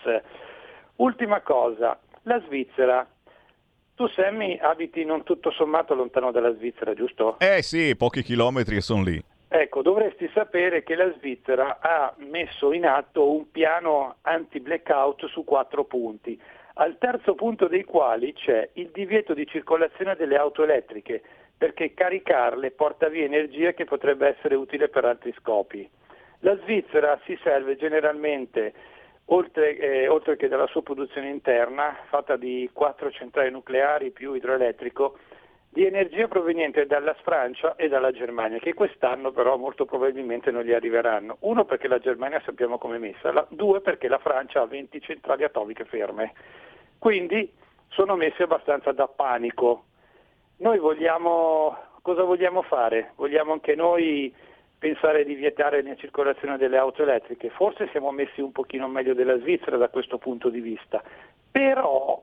Ultima cosa, la Svizzera. Tu, Sammy, abiti non tutto sommato lontano dalla Svizzera, giusto? Sì, pochi chilometri e sono lì. Ecco, dovresti sapere che la Svizzera ha messo in atto un piano anti-blackout su 4 punti, al terzo punto dei quali c'è il divieto di circolazione delle auto elettriche, perché caricarle porta via energia che potrebbe essere utile per altri scopi. La Svizzera si serve generalmente, oltre che dalla sua produzione interna, fatta di 4 centrali nucleari più idroelettrico, di energia proveniente dalla Francia e dalla Germania, che quest'anno però molto probabilmente non gli arriveranno. 1, perché la Germania sappiamo come è messa, 2, perché la Francia ha 20 centrali atomiche ferme. Quindi sono messi abbastanza da panico. Noi cosa vogliamo fare? Vogliamo anche noi pensare di vietare la circolazione delle auto elettriche? Forse siamo messi un pochino meglio della Svizzera da questo punto di vista. Però,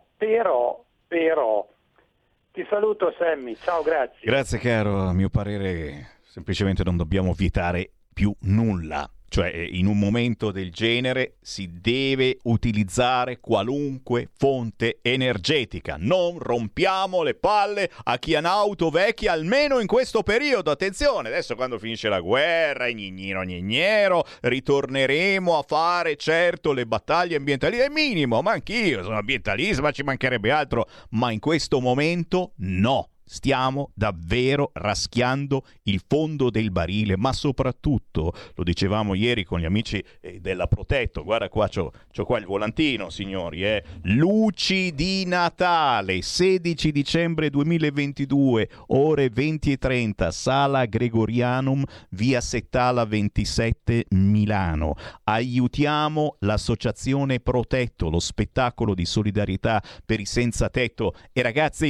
ti saluto Sammy, ciao, grazie. Grazie caro, a mio parere semplicemente non dobbiamo vietare più nulla. Cioè, in un momento del genere si deve utilizzare qualunque fonte energetica. Non rompiamo le palle a chi ha un'auto vecchia, almeno in questo periodo. Attenzione, adesso quando finisce la guerra, gnignero, ritorneremo a fare certo le battaglie ambientali. È minimo, ma anch'io sono ambientalista, ma ci mancherebbe altro. Ma in questo momento no. Stiamo davvero raschiando il fondo del barile, ma soprattutto, lo dicevamo ieri con gli amici della Protetto, guarda qua, c'ho qua il volantino, signori, luci di Natale, 16 dicembre 2022, ore 20:30, Sala Gregorianum, via Settala 27, Milano. Aiutiamo l'associazione Protetto, lo spettacolo di solidarietà per i senza tetto. E ragazzi,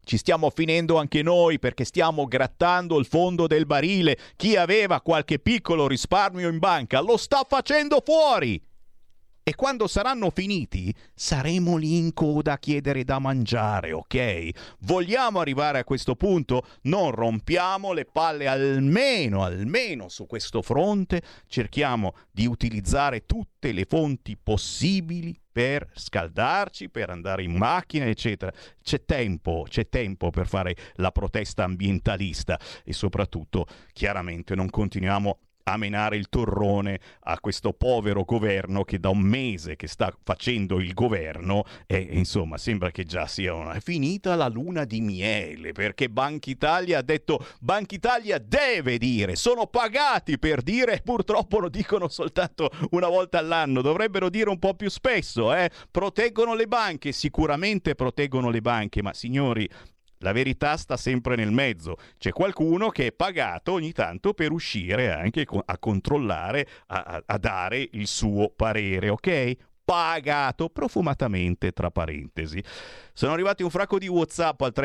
ci stiamo finendo anche noi perché stiamo grattando il fondo del barile. Chi aveva qualche piccolo risparmio in banca lo sta facendo fuori. E quando saranno finiti, saremo lì in coda a chiedere da mangiare, ok? Vogliamo arrivare a questo punto? Non rompiamo le palle almeno su questo fronte. Cerchiamo di utilizzare tutte le fonti possibili per scaldarci, per andare in macchina, eccetera. C'è tempo per fare la protesta ambientalista e soprattutto, chiaramente, non continuiamo a menare il torrone a questo povero governo che da un mese che sta facendo il governo e insomma sembra che già sia finita la luna di miele, perché Banca Italia ha detto, Banca Italia deve dire, sono pagati per dire, purtroppo lo dicono soltanto una volta all'anno, dovrebbero dire un po' più spesso, proteggono le banche, sicuramente proteggono le banche, ma signori, la verità sta sempre nel mezzo. C'è qualcuno che è pagato ogni tanto per uscire anche a controllare, a dare il suo parere, ok? Pagato profumatamente, tra parentesi. Sono arrivati un fracco di WhatsApp al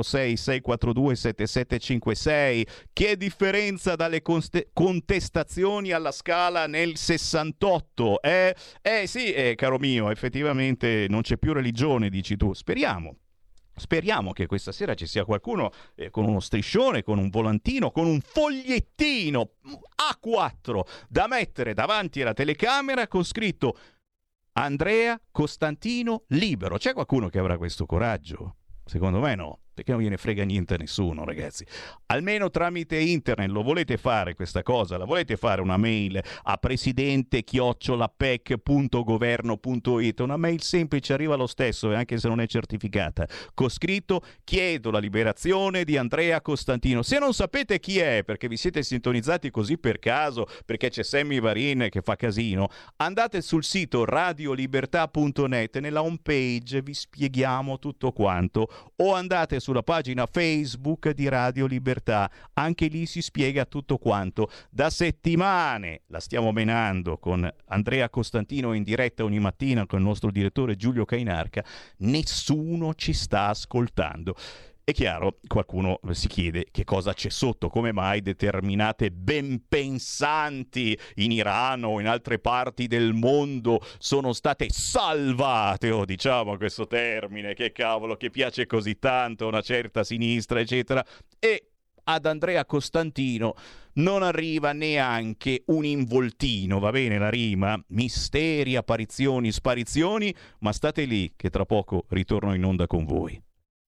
346-642-7756. Che differenza dalle contestazioni alla Scala nel 68? Sì, caro mio, effettivamente non c'è più religione, dici tu. Speriamo che questa sera ci sia qualcuno con uno striscione, con un volantino, con un fogliettino A4 da mettere davanti alla telecamera con scritto Andrea Costantino libero. C'è qualcuno che avrà questo coraggio? Secondo me no, perché non gliene frega niente a nessuno, ragazzi. Almeno tramite internet lo volete fare questa cosa? La volete fare una mail a presidente@pec.governo.it? Una mail semplice, arriva lo stesso, anche se non è certificata. Con scritto chiedo la liberazione di Andrea Costantino. Se non sapete chi è, perché vi siete sintonizzati così per caso, perché c'è Sammy Varin che fa casino, andate sul sito radiolibertà.net, nella home page vi spieghiamo tutto quanto, o andate sulla pagina Facebook di Radio Libertà, anche lì si spiega tutto quanto. Da settimane la stiamo menando con Andrea Costantino in diretta ogni mattina con il nostro direttore Giulio Cainarca, nessuno ci sta ascoltando. È chiaro, qualcuno si chiede che cosa c'è sotto, come mai determinate benpensanti in Iran o in altre parti del mondo sono state salvate, o diciamo questo termine, che cavolo, che piace così tanto a una certa sinistra, eccetera, e ad Andrea Costantino non arriva neanche un involtino, va bene la rima? Misteri, apparizioni, sparizioni, ma state lì che tra poco ritorno in onda con voi.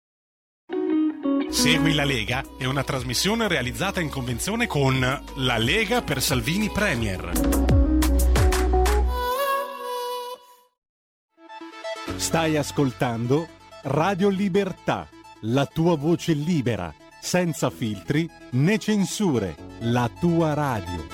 Segui la Lega è una trasmissione realizzata in convenzione con La Lega per Salvini Premier. Stai ascoltando Radio Libertà, la tua voce libera, senza filtri né censure, la tua radio.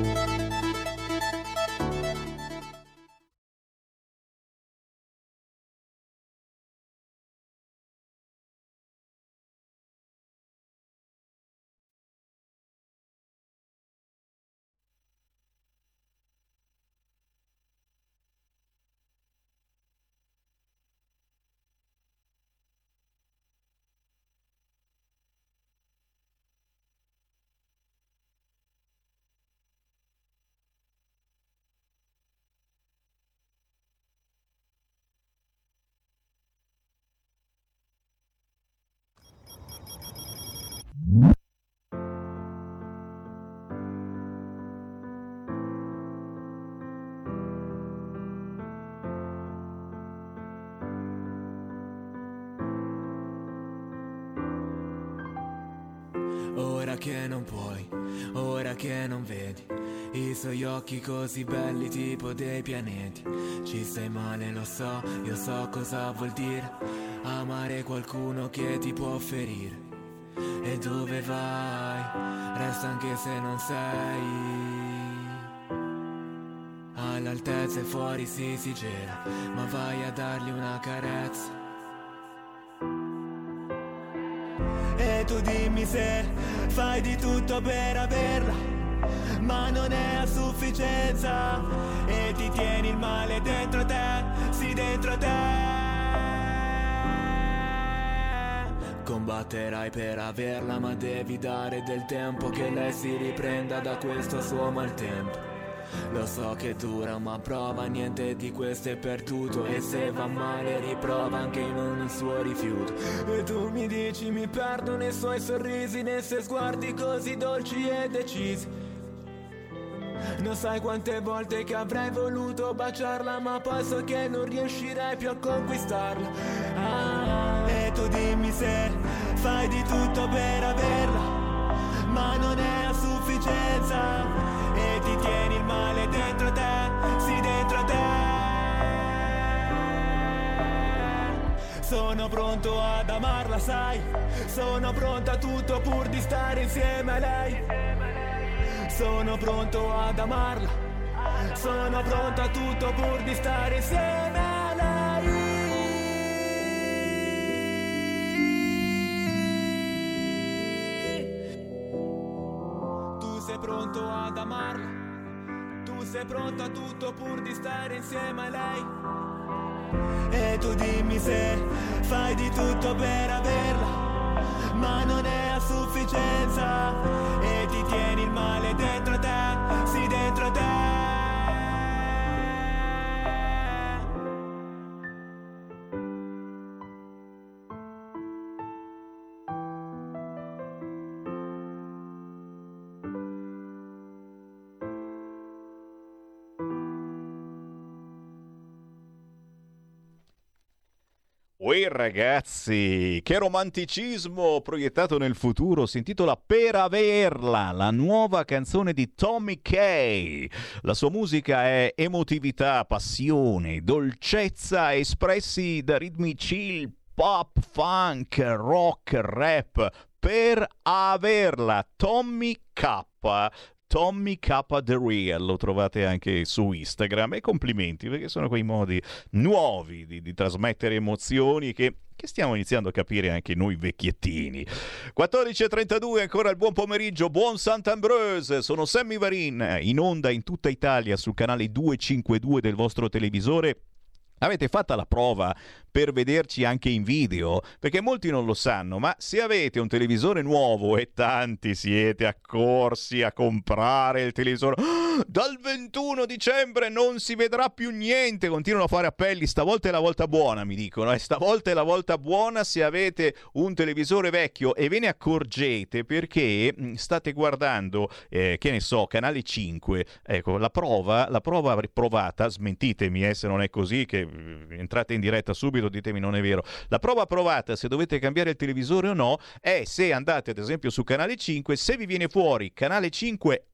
Ora che non puoi, ora che non vedi i suoi occhi così belli tipo dei pianeti. Ci stai male, lo so, io so cosa vuol dire amare qualcuno che ti può ferire. E dove vai? Resta anche se non sei all'altezza e fuori si gela, ma vai a dargli una carezza. E tu dimmi se fai di tutto per averla, ma non è a sufficienza. E ti tieni il male dentro te, sì dentro te. Combatterai per averla, ma devi dare del tempo che lei si riprenda da questo suo maltempo. Lo so che dura, ma prova, niente di questo è perduto. E se va male riprova anche in un suo rifiuto. E tu mi dici mi perdo nei suoi sorrisi, nei suoi sguardi così dolci e decisi. Non sai quante volte che avrei voluto baciarla, ma poi so che non riuscirei più a conquistarla. E tu dimmi se fai di tutto per averla, ma non è a sufficienza. E ti tieni il male dentro te, sì dentro te. Sono pronto ad amarla, sai. Sono pronto a tutto pur di stare insieme a lei. Sono pronto ad amarla. Sono pronto a tutto pur di stare insieme a lei. Tu sei pronto ad amarla. Tu sei pronto a tutto pur di stare insieme a lei. E tu dimmi se fai di tutto per averla, ma non è a sufficienza. E ti tieni il male dentro te, sì dentro te. Uè ragazzi, che romanticismo proiettato nel futuro, si intitola Per averla, la nuova canzone di Tommy Kaye. La sua musica è emotività, passione, dolcezza espressi da ritmi chill, pop, funk, rock, rap. Per averla, Tommy K. Tommy K The Real, lo trovate anche su Instagram, e complimenti perché sono quei modi nuovi di trasmettere emozioni che stiamo iniziando a capire anche noi vecchiettini. 14.32, ancora il buon pomeriggio, buon Sant'Ambrose, sono Sammy Varin, in onda in tutta Italia sul canale 252 del vostro televisore. Avete fatta la prova per vederci anche in video? Perché molti non lo sanno, ma se avete un televisore nuovo, e tanti siete accorsi a comprare il televisore, dal 21 dicembre non si vedrà più niente, continuano a fare appelli, stavolta è la volta buona, mi dicono, e stavolta è la volta buona se avete un televisore vecchio, e ve ne accorgete perché state guardando, che ne so, Canale 5, ecco, la prova provata, smentitemi se non è così, che entrate in diretta subito, ditemi non è vero. La prova provata, se dovete cambiare il televisore o no, è se andate ad esempio su Canale 5, se vi viene fuori Canale 5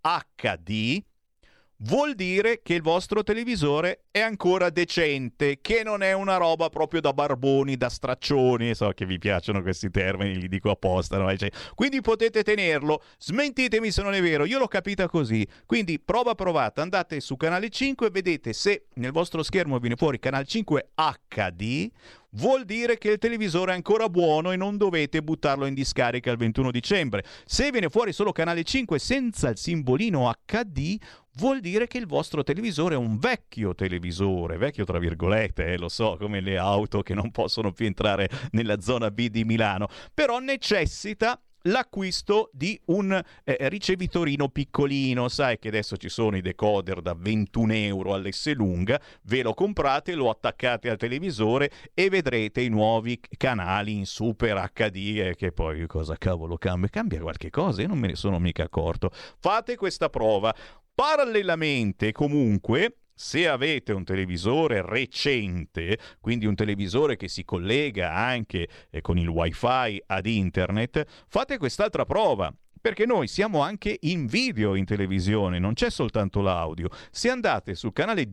HD, vuol dire che il vostro televisore è ancora decente, che non è una roba proprio da barboni, da straccioni, so che vi piacciono questi termini, li dico apposta, no? Quindi potete tenerlo, smentitemi se non è vero, io l'ho capita così. Quindi prova provata, andate su Canale 5 e vedete se nel vostro schermo viene fuori Canale 5 HD, vuol dire che il televisore è ancora buono e non dovete buttarlo in discarica il 21 dicembre. Se viene fuori solo Canale 5 senza il simbolino HD, vuol dire che il vostro televisore è un vecchio televisore, vecchio tra virgolette, lo so, come le auto che non possono più entrare nella zona B di Milano, però necessita l'acquisto di un ricevitorino piccolino. Sai che adesso ci sono i decoder da 21 euro all'Esselunga, ve lo comprate, lo attaccate al televisore e vedrete i nuovi canali in Super HD, che poi cosa cavolo cambia qualche cosa, io non me ne sono mica accorto. Fate questa prova. Parallelamente, comunque, se avete un televisore recente, quindi un televisore che si collega anche con il wifi ad internet, fate quest'altra prova. Perché noi siamo anche in video in televisione, non c'è soltanto l'audio. Se andate sul canale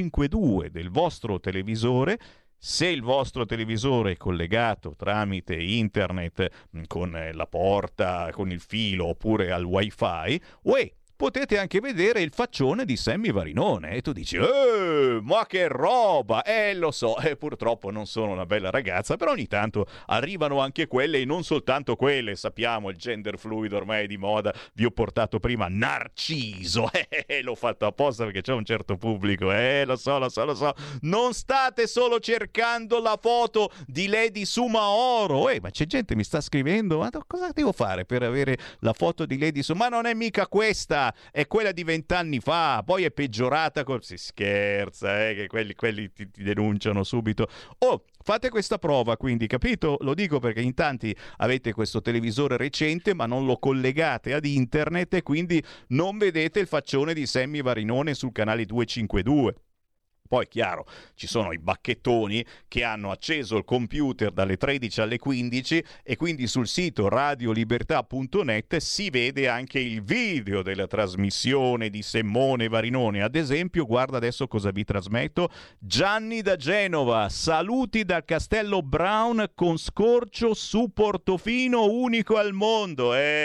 252 del vostro televisore, se il vostro televisore è collegato tramite internet con la porta, con il filo oppure al wifi, potete anche vedere il faccione di Sammy Varinone e tu dici ma che roba, lo so, purtroppo non sono una bella ragazza, però ogni tanto arrivano anche quelle e non soltanto quelle, sappiamo il gender fluido ormai è di moda, vi ho portato prima Narciso, l'ho fatto apposta perché c'è un certo pubblico, lo so, non state solo cercando la foto di Lady Sumaoro, ma c'è gente mi sta scrivendo, ma cosa devo fare per avere la foto di Lady Sumaoro? Ma non è mica questa, è quella di 20 anni fa, poi è peggiorata, si scherza, che quelli ti denunciano subito. Fate questa prova, quindi, capito? Lo dico perché in tanti avete questo televisore recente ma non lo collegate ad internet e quindi non vedete il faccione di Sammy Varinone sul canale 252. Poi, chiaro, ci sono i bacchettoni che hanno acceso il computer dalle 13 alle 15 e quindi sul sito radiolibertà.net si vede anche il video della trasmissione di Simone Varinone. Ad esempio, guarda adesso cosa vi trasmetto. Gianni da Genova, saluti dal Castello Brown con scorcio su Portofino, unico al mondo.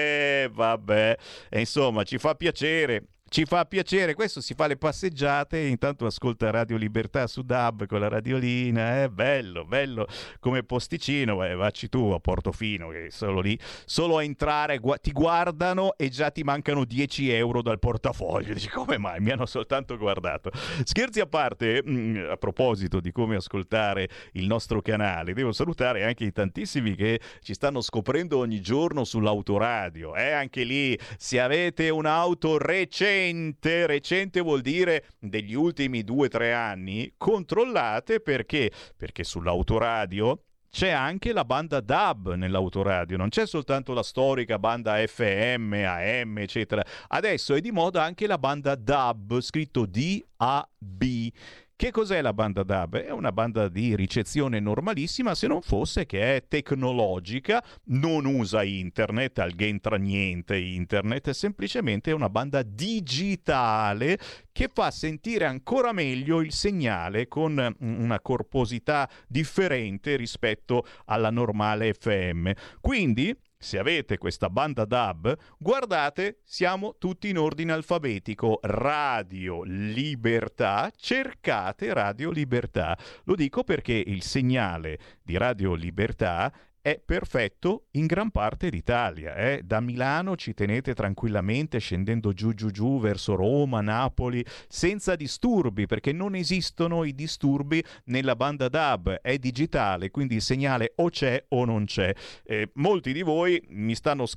Vabbè, insomma, ci fa piacere. Questo si fa le passeggiate e intanto ascolta Radio Libertà su DAB con la radiolina, è bello come posticino, vacci tu a Portofino che solo lì, solo a entrare ti guardano e già ti mancano 10 euro dal portafoglio, dici come mai, mi hanno soltanto guardato. Scherzi a parte, a proposito di come ascoltare il nostro canale, devo salutare anche i tantissimi che ci stanno scoprendo ogni giorno sull'autoradio, anche lì, se avete un'auto recente vuol dire degli ultimi 2-3 anni, controllate perché sull'autoradio c'è anche la banda DAB nell'autoradio, non c'è soltanto la storica banda FM, AM, eccetera. Adesso è di moda anche la banda DAB, scritto D-A-B. Che cos'è la banda DAB? È una banda di ricezione normalissima, se non fosse che è tecnologica, non usa internet, al gentra niente internet, è semplicemente una banda digitale che fa sentire ancora meglio il segnale con una corposità differente rispetto alla normale FM. Quindi, se avete questa banda DAB, guardate, siamo tutti in ordine alfabetico. Radio Libertà, cercate Radio Libertà. Lo dico perché il segnale di Radio Libertà è perfetto in gran parte d'Italia. Da Milano ci tenete tranquillamente scendendo giù verso Roma, Napoli, senza disturbi, perché non esistono i disturbi nella banda DAB, è digitale, quindi il segnale o c'è o non c'è. Molti di voi mi state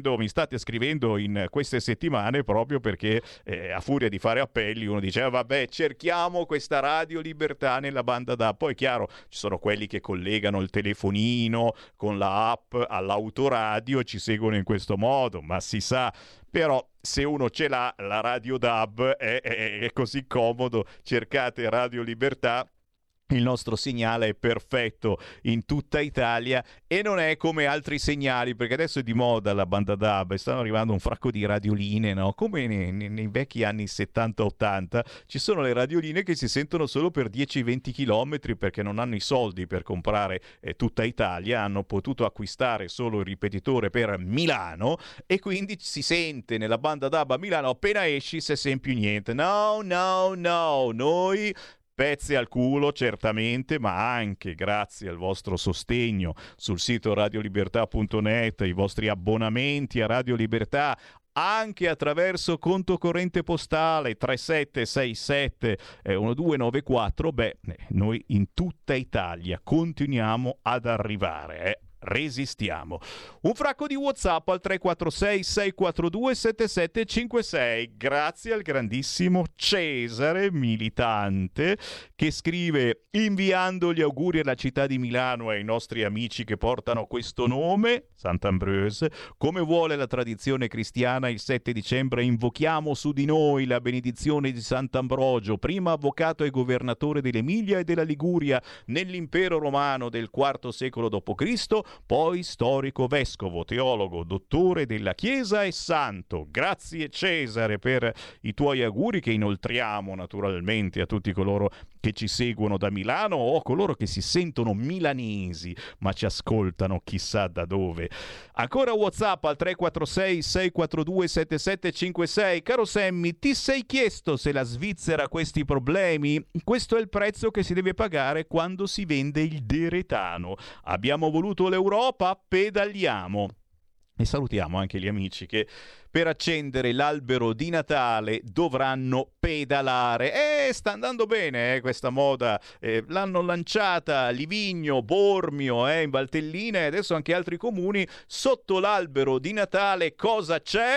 scrivendo in queste settimane proprio perché a furia di fare appelli uno dice vabbè, cerchiamo questa Radio Libertà nella banda DAB. Poi chiaro, ci sono quelli che collegano il telefonino con la app all'autoradio e ci seguono in questo modo, ma si sa, però se uno ce l'ha la radio DAB è così comodo, cercate Radio Libertà. Il nostro segnale è perfetto in tutta Italia e non è come altri segnali, perché adesso è di moda la banda DAB, stanno arrivando un fracco di radioline, no? Come nei vecchi anni 70-80 ci sono le radioline che si sentono solo per 10-20 chilometri perché non hanno i soldi per comprare tutta Italia, hanno potuto acquistare solo il ripetitore per Milano e quindi si sente nella banda DAB a Milano, appena esci se senti più niente. No, noi pezzi al culo certamente, ma anche grazie al vostro sostegno sul sito radiolibertà.net, i vostri abbonamenti a Radio Libertà, anche attraverso conto corrente postale 3767 1294, noi in tutta Italia continuiamo ad arrivare, resistiamo. Un fracco di WhatsApp al 346 642 7756. Grazie al grandissimo Cesare Militante che scrive: inviando gli auguri alla città di Milano e ai nostri amici che portano questo nome, Sant'Ambroise, come vuole la tradizione cristiana, il 7 dicembre invochiamo su di noi la benedizione di Sant'Ambrogio, prima avvocato e governatore dell'Emilia e della Liguria nell'impero romano del IV secolo d.C., poi storico vescovo, teologo, dottore della Chiesa e santo. Grazie Cesare per i tuoi auguri che inoltriamo naturalmente a tutti coloro che ci seguono da Milano o coloro che si sentono milanesi ma ci ascoltano chissà da dove. Ancora WhatsApp al 346 642 7756. Caro Sammy, ti sei chiesto se la Svizzera ha questi problemi? Questo è il prezzo che si deve pagare quando si vende il deretano. Abbiamo voluto l'Europa, pedaliamo. E salutiamo anche gli amici che per accendere l'albero di Natale dovranno pedalare. Sta andando bene questa moda. L'hanno lanciata Livigno, Bormio, in Valtellina e adesso anche altri comuni. Sotto l'albero di Natale cosa c'è?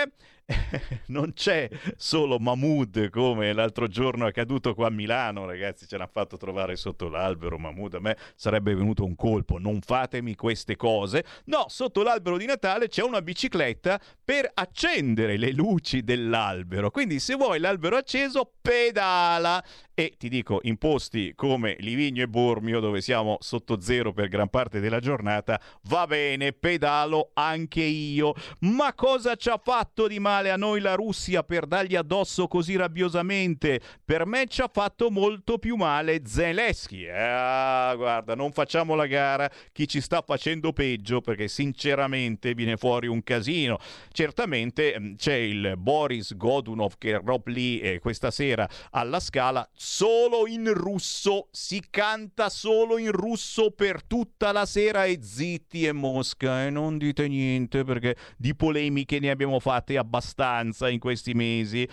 Non c'è solo Mahmood come l'altro giorno è accaduto qua a Milano, ragazzi, ce l'hanno fatto trovare sotto l'albero Mahmood, a me sarebbe venuto un colpo, non fatemi queste cose. No, sotto l'albero di Natale c'è una bicicletta per accendere le luci dell'albero, quindi se vuoi l'albero acceso pedala. E ti dico, in posti come Livigno e Bormio, dove siamo sotto zero per gran parte della giornata, va bene, pedalo anche io. Ma cosa ci ha fatto di male a noi la Russia per dargli addosso così rabbiosamente? Per me ci ha fatto molto più male Zelensky. Guarda, non facciamo la gara chi ci sta facendo peggio, perché sinceramente viene fuori un casino. Certamente c'è il Boris Godunov che rompe lì questa sera alla Scala, solo in russo, si canta solo in russo per tutta la sera e zitti e Mosca, e non dite niente perché di polemiche ne abbiamo fatte abbastanza in questi mesi.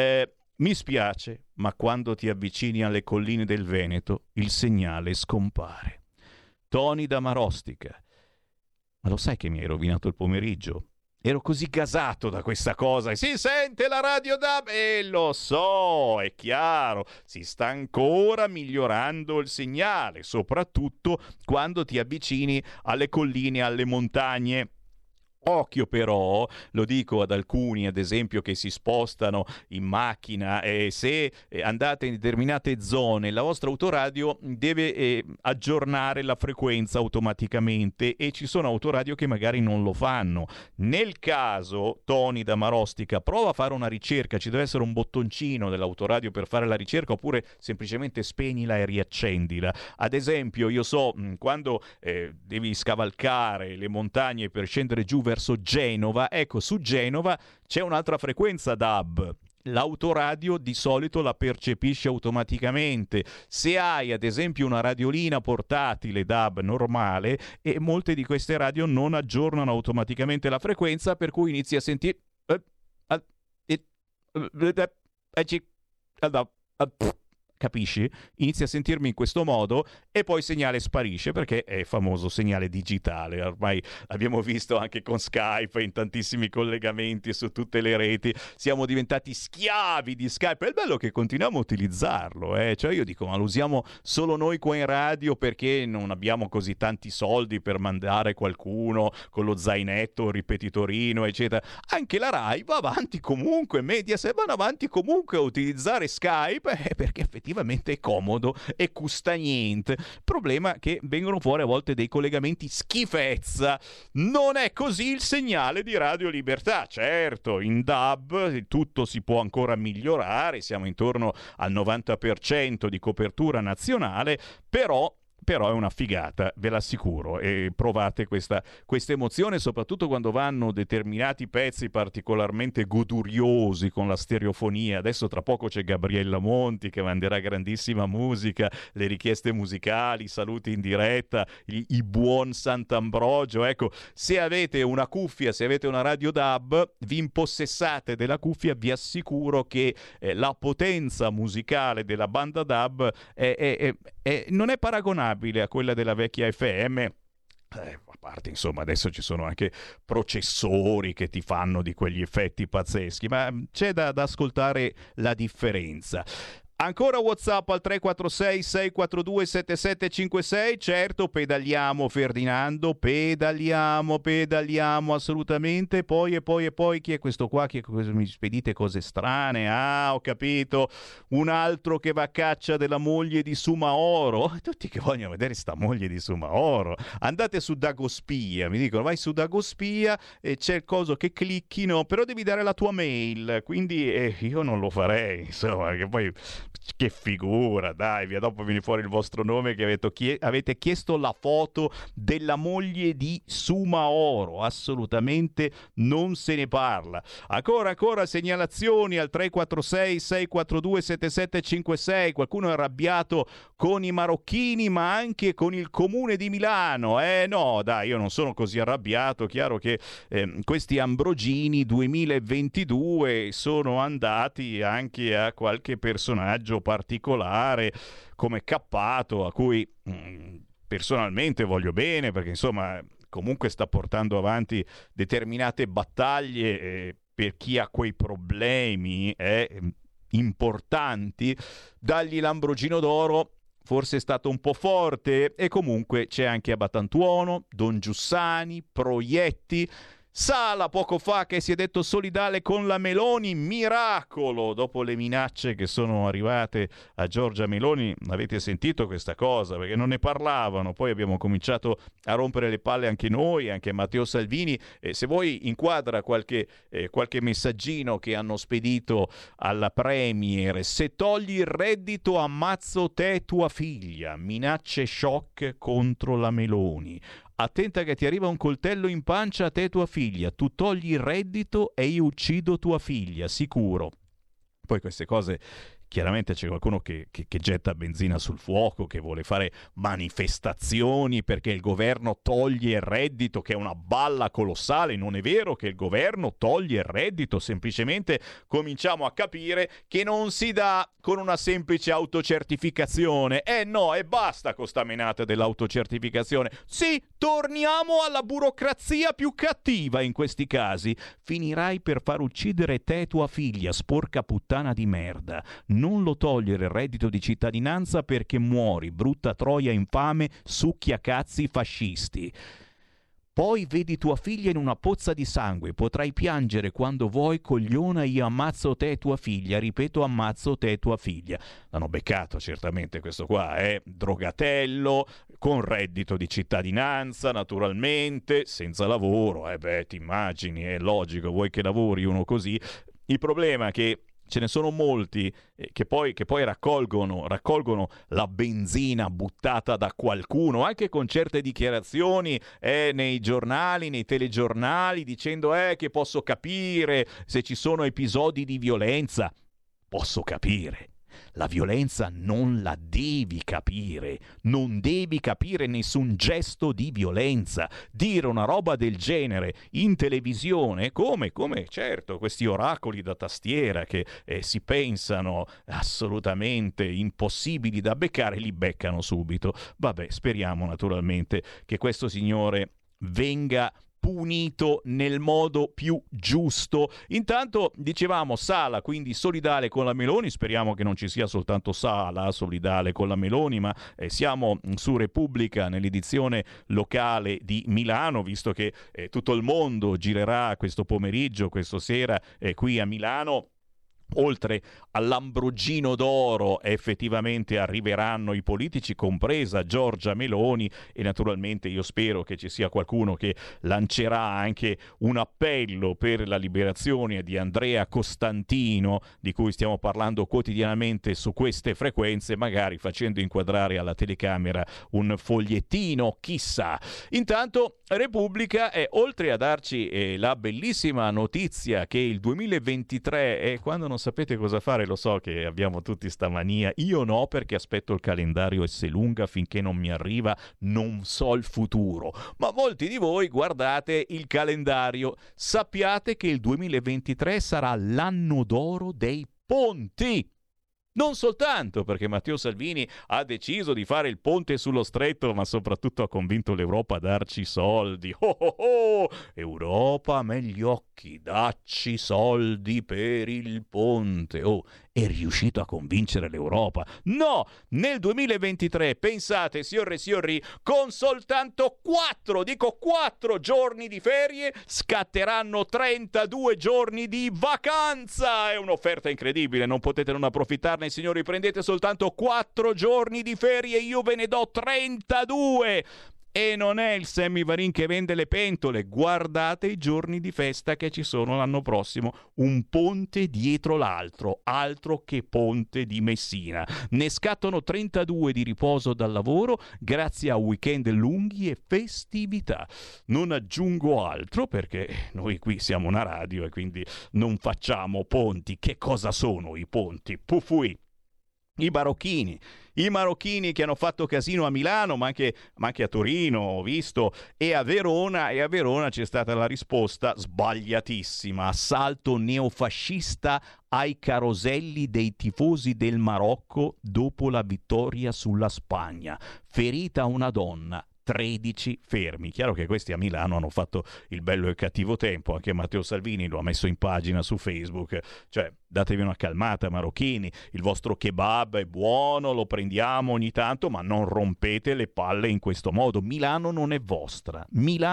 Mi spiace, ma quando ti avvicini alle colline del Veneto il segnale scompare. Tony da Marostica. Ma lo sai che mi hai rovinato il pomeriggio? Ero così gasato da questa cosa. Si sente la radio DAB? Lo so, è chiaro. Si sta ancora migliorando il segnale, soprattutto quando ti avvicini alle colline, alle montagne. Occhio però, lo dico ad alcuni ad esempio che si spostano in macchina, se andate in determinate zone la vostra autoradio deve aggiornare la frequenza automaticamente e ci sono autoradio che magari non lo fanno. Nel caso, Tony da Marostica, prova a fare una ricerca, ci deve essere un bottoncino dell'autoradio per fare la ricerca oppure semplicemente spegnila e riaccendila. Ad esempio, io so, quando devi scavalcare le montagne per scendere giù verso Genova, ecco, su Genova c'è un'altra frequenza DAB. L'autoradio di solito la percepisce automaticamente. Se hai ad esempio una radiolina portatile DAB normale, e molte di queste radio non aggiornano automaticamente la frequenza, per cui inizi a sentire capisci? Inizi a sentirmi in questo modo e poi il segnale sparisce perché è il famoso segnale digitale. Ormai l'abbiamo visto anche con Skype, in tantissimi collegamenti su tutte le reti. Siamo diventati schiavi di Skype. È bello che continuiamo a utilizzarlo, Cioè io dico, ma lo usiamo solo noi qua in radio perché non abbiamo così tanti soldi per mandare qualcuno con lo zainetto, il ripetitorino, eccetera. Anche la Rai va avanti comunque, Mediaset vanno avanti comunque a utilizzare Skype perché effettivamente è comodo e costa niente. Problema che vengono fuori a volte dei collegamenti schifezza. Non è così il segnale di Radio Libertà. Certo, in DAB tutto si può ancora migliorare, siamo intorno al 90% di copertura nazionale, però è una figata, ve l'assicuro, e provate questa emozione soprattutto quando vanno determinati pezzi particolarmente goduriosi con la stereofonia. Adesso tra poco c'è Gabriella Monti che manderà grandissima musica, le richieste musicali, saluti in diretta, i buon Sant'Ambrogio. Ecco, se avete una cuffia, se avete una radio DAB, vi impossessate della cuffia, vi assicuro che la potenza musicale della banda DAB non è paragonabile a quella della vecchia FM. A parte, insomma, adesso ci sono anche processori che ti fanno di quegli effetti pazzeschi, ma c'è da ascoltare la differenza. Ancora WhatsApp al 346 642 7756. Certo, pedaliamo Ferdinando, pedaliamo assolutamente. Poi chi è questo qua? Mi spedite cose strane? Ho capito, un altro che va a caccia della moglie di Sumaoro. Tutti che vogliono vedere sta moglie di Sumaoro. Andate su Dagospia, mi dicono vai su Dagospia e c'è il coso che clicchi, no, però devi dare la tua mail, quindi io non lo farei, insomma, che poi Che figura, dai, via, dopo viene fuori il vostro nome che avete chiesto la foto della moglie di Sumaoro, assolutamente non se ne parla. Ancora segnalazioni al 346 642 7756, qualcuno è arrabbiato con i marocchini ma anche con il comune di Milano. No, dai, io non sono così arrabbiato, chiaro che questi Ambrogini 2022 sono andati anche a qualche personaggio particolare come Cappato, a cui personalmente voglio bene, perché insomma comunque sta portando avanti determinate battaglie per chi ha quei problemi importanti. Dargli l'Ambrogino d'Oro forse è stato un po' forte, e comunque c'è anche Abatantuono, Don Giussani, Proietti, Sala poco fa che si è detto solidale con la Meloni, miracolo, dopo le minacce che sono arrivate a Giorgia Meloni. Avete sentito questa cosa? Perché non ne parlavano, poi abbiamo cominciato a rompere le palle anche noi, anche Matteo Salvini. Se vuoi inquadra qualche messaggino che hanno spedito alla Premier: se togli il reddito ammazzo te e tua figlia, minacce shock contro la Meloni. Attenta che ti arriva un coltello in pancia a te e tua figlia, tu togli il reddito e io uccido tua figlia, sicuro. Poi queste cose, chiaramente c'è qualcuno che getta benzina sul fuoco, che vuole fare manifestazioni perché il governo toglie il reddito, che è una balla colossale. Non è vero che il governo toglie il reddito, semplicemente cominciamo a capire che non si dà con una semplice autocertificazione. No, e basta con sta menata dell'autocertificazione. Sì, torniamo alla burocrazia più cattiva in questi casi. Finirai per far uccidere te e tua figlia, sporca puttana di merda. Non lo togliere il reddito di cittadinanza perché muori, brutta troia infame, succhia cazzi fascisti. Poi vedi tua figlia in una pozza di sangue, potrai piangere quando vuoi, cogliona, io ammazzo te e tua figlia, ripeto, ammazzo te e tua figlia. L'hanno beccato certamente questo qua, drogatello, con reddito di cittadinanza, naturalmente, senza lavoro, ti immagini, è logico, vuoi che lavori uno così? Il problema è che ce ne sono molti che poi raccolgono la benzina buttata da qualcuno, anche con certe dichiarazioni nei giornali, nei telegiornali, dicendo che posso capire se ci sono episodi di violenza. Posso capire. La violenza non la devi capire, non devi capire nessun gesto di violenza. Dire una roba del genere in televisione, come certo questi oracoli da tastiera che si pensano assolutamente impossibili da beccare, li beccano subito. Vabbè, speriamo naturalmente che questo signore venga punito nel modo più giusto. Intanto dicevamo Sala, quindi solidale con la Meloni, speriamo che non ci sia soltanto Sala solidale con la Meloni, ma siamo su Repubblica nell'edizione locale di Milano, visto che tutto il mondo girerà questo pomeriggio, questa sera qui a Milano. Oltre all'Ambrogino d'Oro effettivamente arriveranno i politici, compresa Giorgia Meloni, e naturalmente io spero che ci sia qualcuno che lancerà anche un appello per la liberazione di Andrea Costantino, di cui stiamo parlando quotidianamente su queste frequenze, magari facendo inquadrare alla telecamera un fogliettino, chissà. Intanto Repubblica oltre a darci la bellissima notizia che il 2023 è quando non sapete cosa fare, lo so che abbiamo tutti sta mania, io no, perché aspetto il calendario Esselunga finché non mi arriva, non so il futuro, ma molti di voi guardate il calendario, sappiate che il 2023 sarà l'anno d'oro dei ponti. Non soltanto perché Matteo Salvini ha deciso di fare il ponte sullo stretto, ma soprattutto ha convinto l'Europa a darci soldi. Europa, me gli occhi, dacci soldi per il ponte. È riuscito a convincere l'Europa. No, nel 2023, pensate, signori, con soltanto 4 giorni di ferie scatteranno 32 giorni di vacanza. È un'offerta incredibile, non potete non approfittarne, signori. Prendete soltanto 4 giorni di ferie, io ve ne do 32. E non è il Sammy Varin che vende le pentole, guardate i giorni di festa che ci sono l'anno prossimo, un ponte dietro l'altro, altro che ponte di Messina. Ne scattano 32 di riposo dal lavoro grazie a weekend lunghi e festività. Non aggiungo altro perché noi qui siamo una radio e quindi non facciamo ponti. Che cosa sono i ponti? Pufui. I marocchini che hanno fatto casino a Milano, ma anche a Torino, ho visto, e a Verona c'è stata la risposta sbagliatissima: assalto neofascista ai caroselli dei tifosi del Marocco dopo la vittoria sulla Spagna, ferita una donna, 13 fermi. Chiaro che questi a Milano hanno fatto il bello e il cattivo tempo, anche Matteo Salvini lo ha messo in pagina su Facebook, cioè datevi una calmata marocchini, il vostro kebab è buono, lo prendiamo ogni tanto, ma non rompete le palle in questo modo. Milano non è vostra.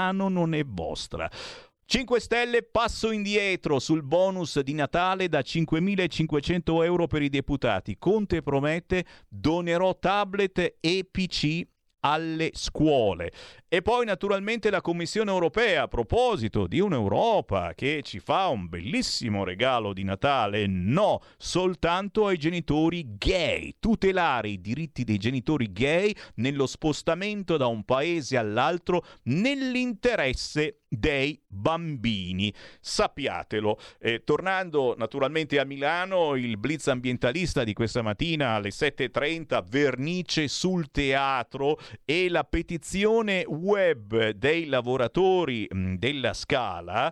5 Stelle, passo indietro sul bonus di Natale da 5.500 euro per i deputati. Conte promette: donerò tablet e PC alle scuole. E poi naturalmente la Commissione Europea, a proposito di un'Europa che ci fa un bellissimo regalo di Natale, no, soltanto ai genitori gay, tutelare i diritti dei genitori gay nello spostamento da un paese all'altro nell'interesse dei bambini. Sappiatelo. Tornando naturalmente a Milano, il blitz ambientalista di questa mattina alle 7:30, vernice sul teatro e la petizione web dei lavoratori della Scala,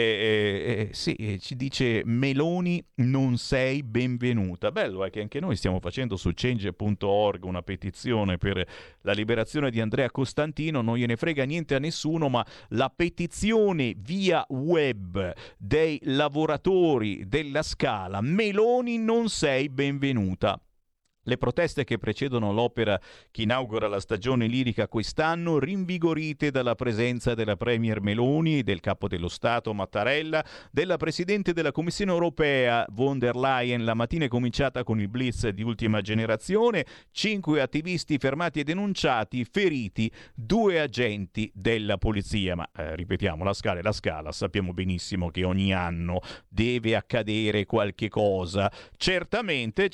ci dice: Meloni non sei benvenuta. Bello è che anche noi stiamo facendo su change.org una petizione per la liberazione di Andrea Costantino, non gliene frega niente a nessuno, ma la petizione via web dei lavoratori della Scala: Meloni non sei benvenuta. Le proteste che precedono l'opera che inaugura la stagione lirica quest'anno, rinvigorite dalla presenza della Premier Meloni, del Capo dello Stato Mattarella, della Presidente della Commissione Europea von der Leyen. La mattina è cominciata con il blitz di Ultima Generazione: 5 attivisti fermati e denunciati, feriti 2 agenti della polizia. Ma ripetiamo, la Scala è la Scala, sappiamo benissimo che ogni anno deve accadere qualche cosa. Certamente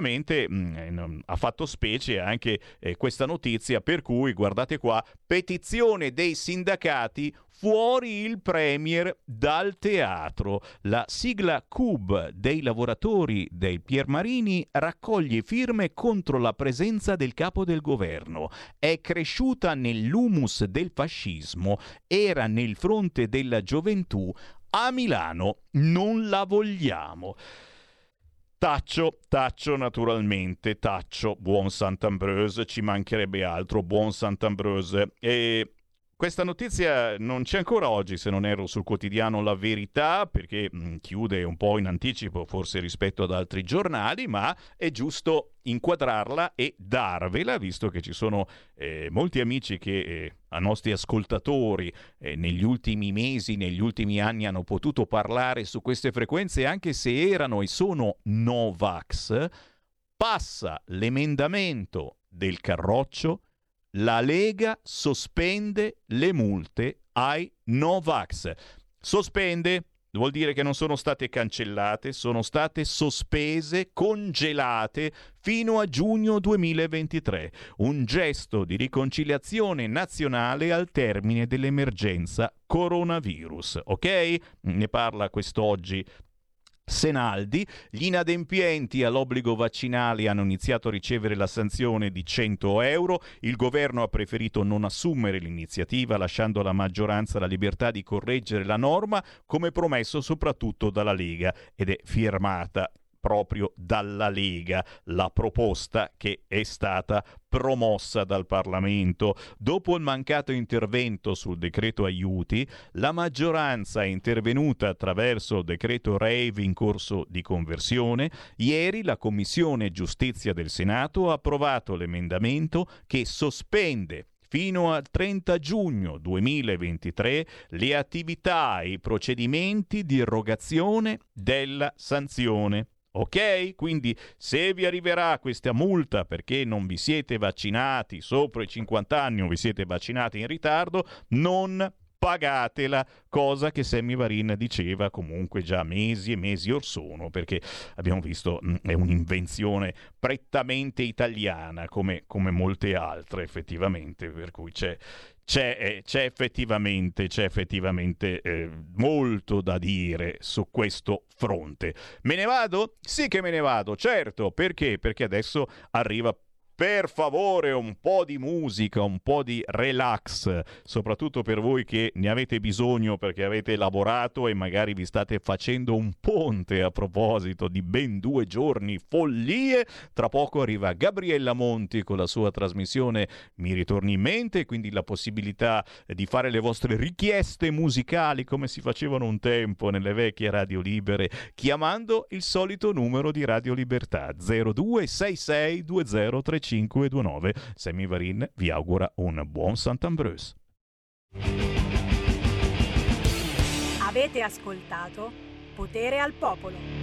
ha fatto specie anche questa notizia, per cui guardate qua: petizione dei sindacati, fuori il Premier dal teatro. La sigla CUB dei lavoratori del Piermarini raccoglie firme contro la presenza del capo del governo. È cresciuta nell'humus del fascismo, era nel fronte della gioventù, a Milano non la vogliamo. Taccio naturalmente, taccio, buon Sant'Ambrose, ci mancherebbe altro, buon Sant'Ambrose. E questa notizia non c'è ancora oggi, se non erro, sul quotidiano La Verità, perché chiude un po' in anticipo forse rispetto ad altri giornali, ma è giusto inquadrarla e darvela, visto che ci sono molti amici che a nostri ascoltatori negli ultimi mesi, negli ultimi anni hanno potuto parlare su queste frequenze, anche se erano e sono Novax. Passa l'emendamento del Carroccio, la Lega sospende le multe ai Novax. Sospende vuol dire che non sono state cancellate, sono state sospese, congelate fino a giugno 2023. Un gesto di riconciliazione nazionale al termine dell'emergenza coronavirus. Ok? Ne parla quest'oggi Senaldi. Gli inadempienti all'obbligo vaccinale hanno iniziato a ricevere la sanzione di 100 euro. Il governo ha preferito non assumere l'iniziativa, lasciando alla maggioranza la libertà di correggere la norma, come promesso soprattutto dalla Lega, ed è firmata proprio dalla Lega la proposta che è stata promossa dal Parlamento. Dopo il mancato intervento sul decreto aiuti, la maggioranza è intervenuta attraverso il decreto Rave in corso di conversione. Ieri la Commissione Giustizia del Senato ha approvato l'emendamento che sospende fino al 30 giugno 2023 le attività e i procedimenti di erogazione della sanzione. ok? Quindi se vi arriverà questa multa perché non vi siete vaccinati sopra i 50 anni o vi siete vaccinati in ritardo, non pagatela, cosa che Sammy Varin diceva comunque già mesi e mesi or sono, perché abbiamo visto è un'invenzione prettamente italiana come molte altre effettivamente, per cui c'è effettivamente molto da dire su questo fronte. Me ne vado? Sì che me ne vado, certo, perché adesso arriva, per favore, un po' di musica, un po' di relax, soprattutto per voi che ne avete bisogno perché avete lavorato e magari vi state facendo un ponte a proposito di ben 2 giorni follie. Tra poco arriva Gabriella Monti con la sua trasmissione Mi ritorni in mente, quindi la possibilità di fare le vostre richieste musicali come si facevano un tempo nelle vecchie radio libere, chiamando il solito numero di Radio Libertà 0266203529. Sammy Varin vi augura un buon Sant'Ambrose. Avete ascoltato Potere al Popolo.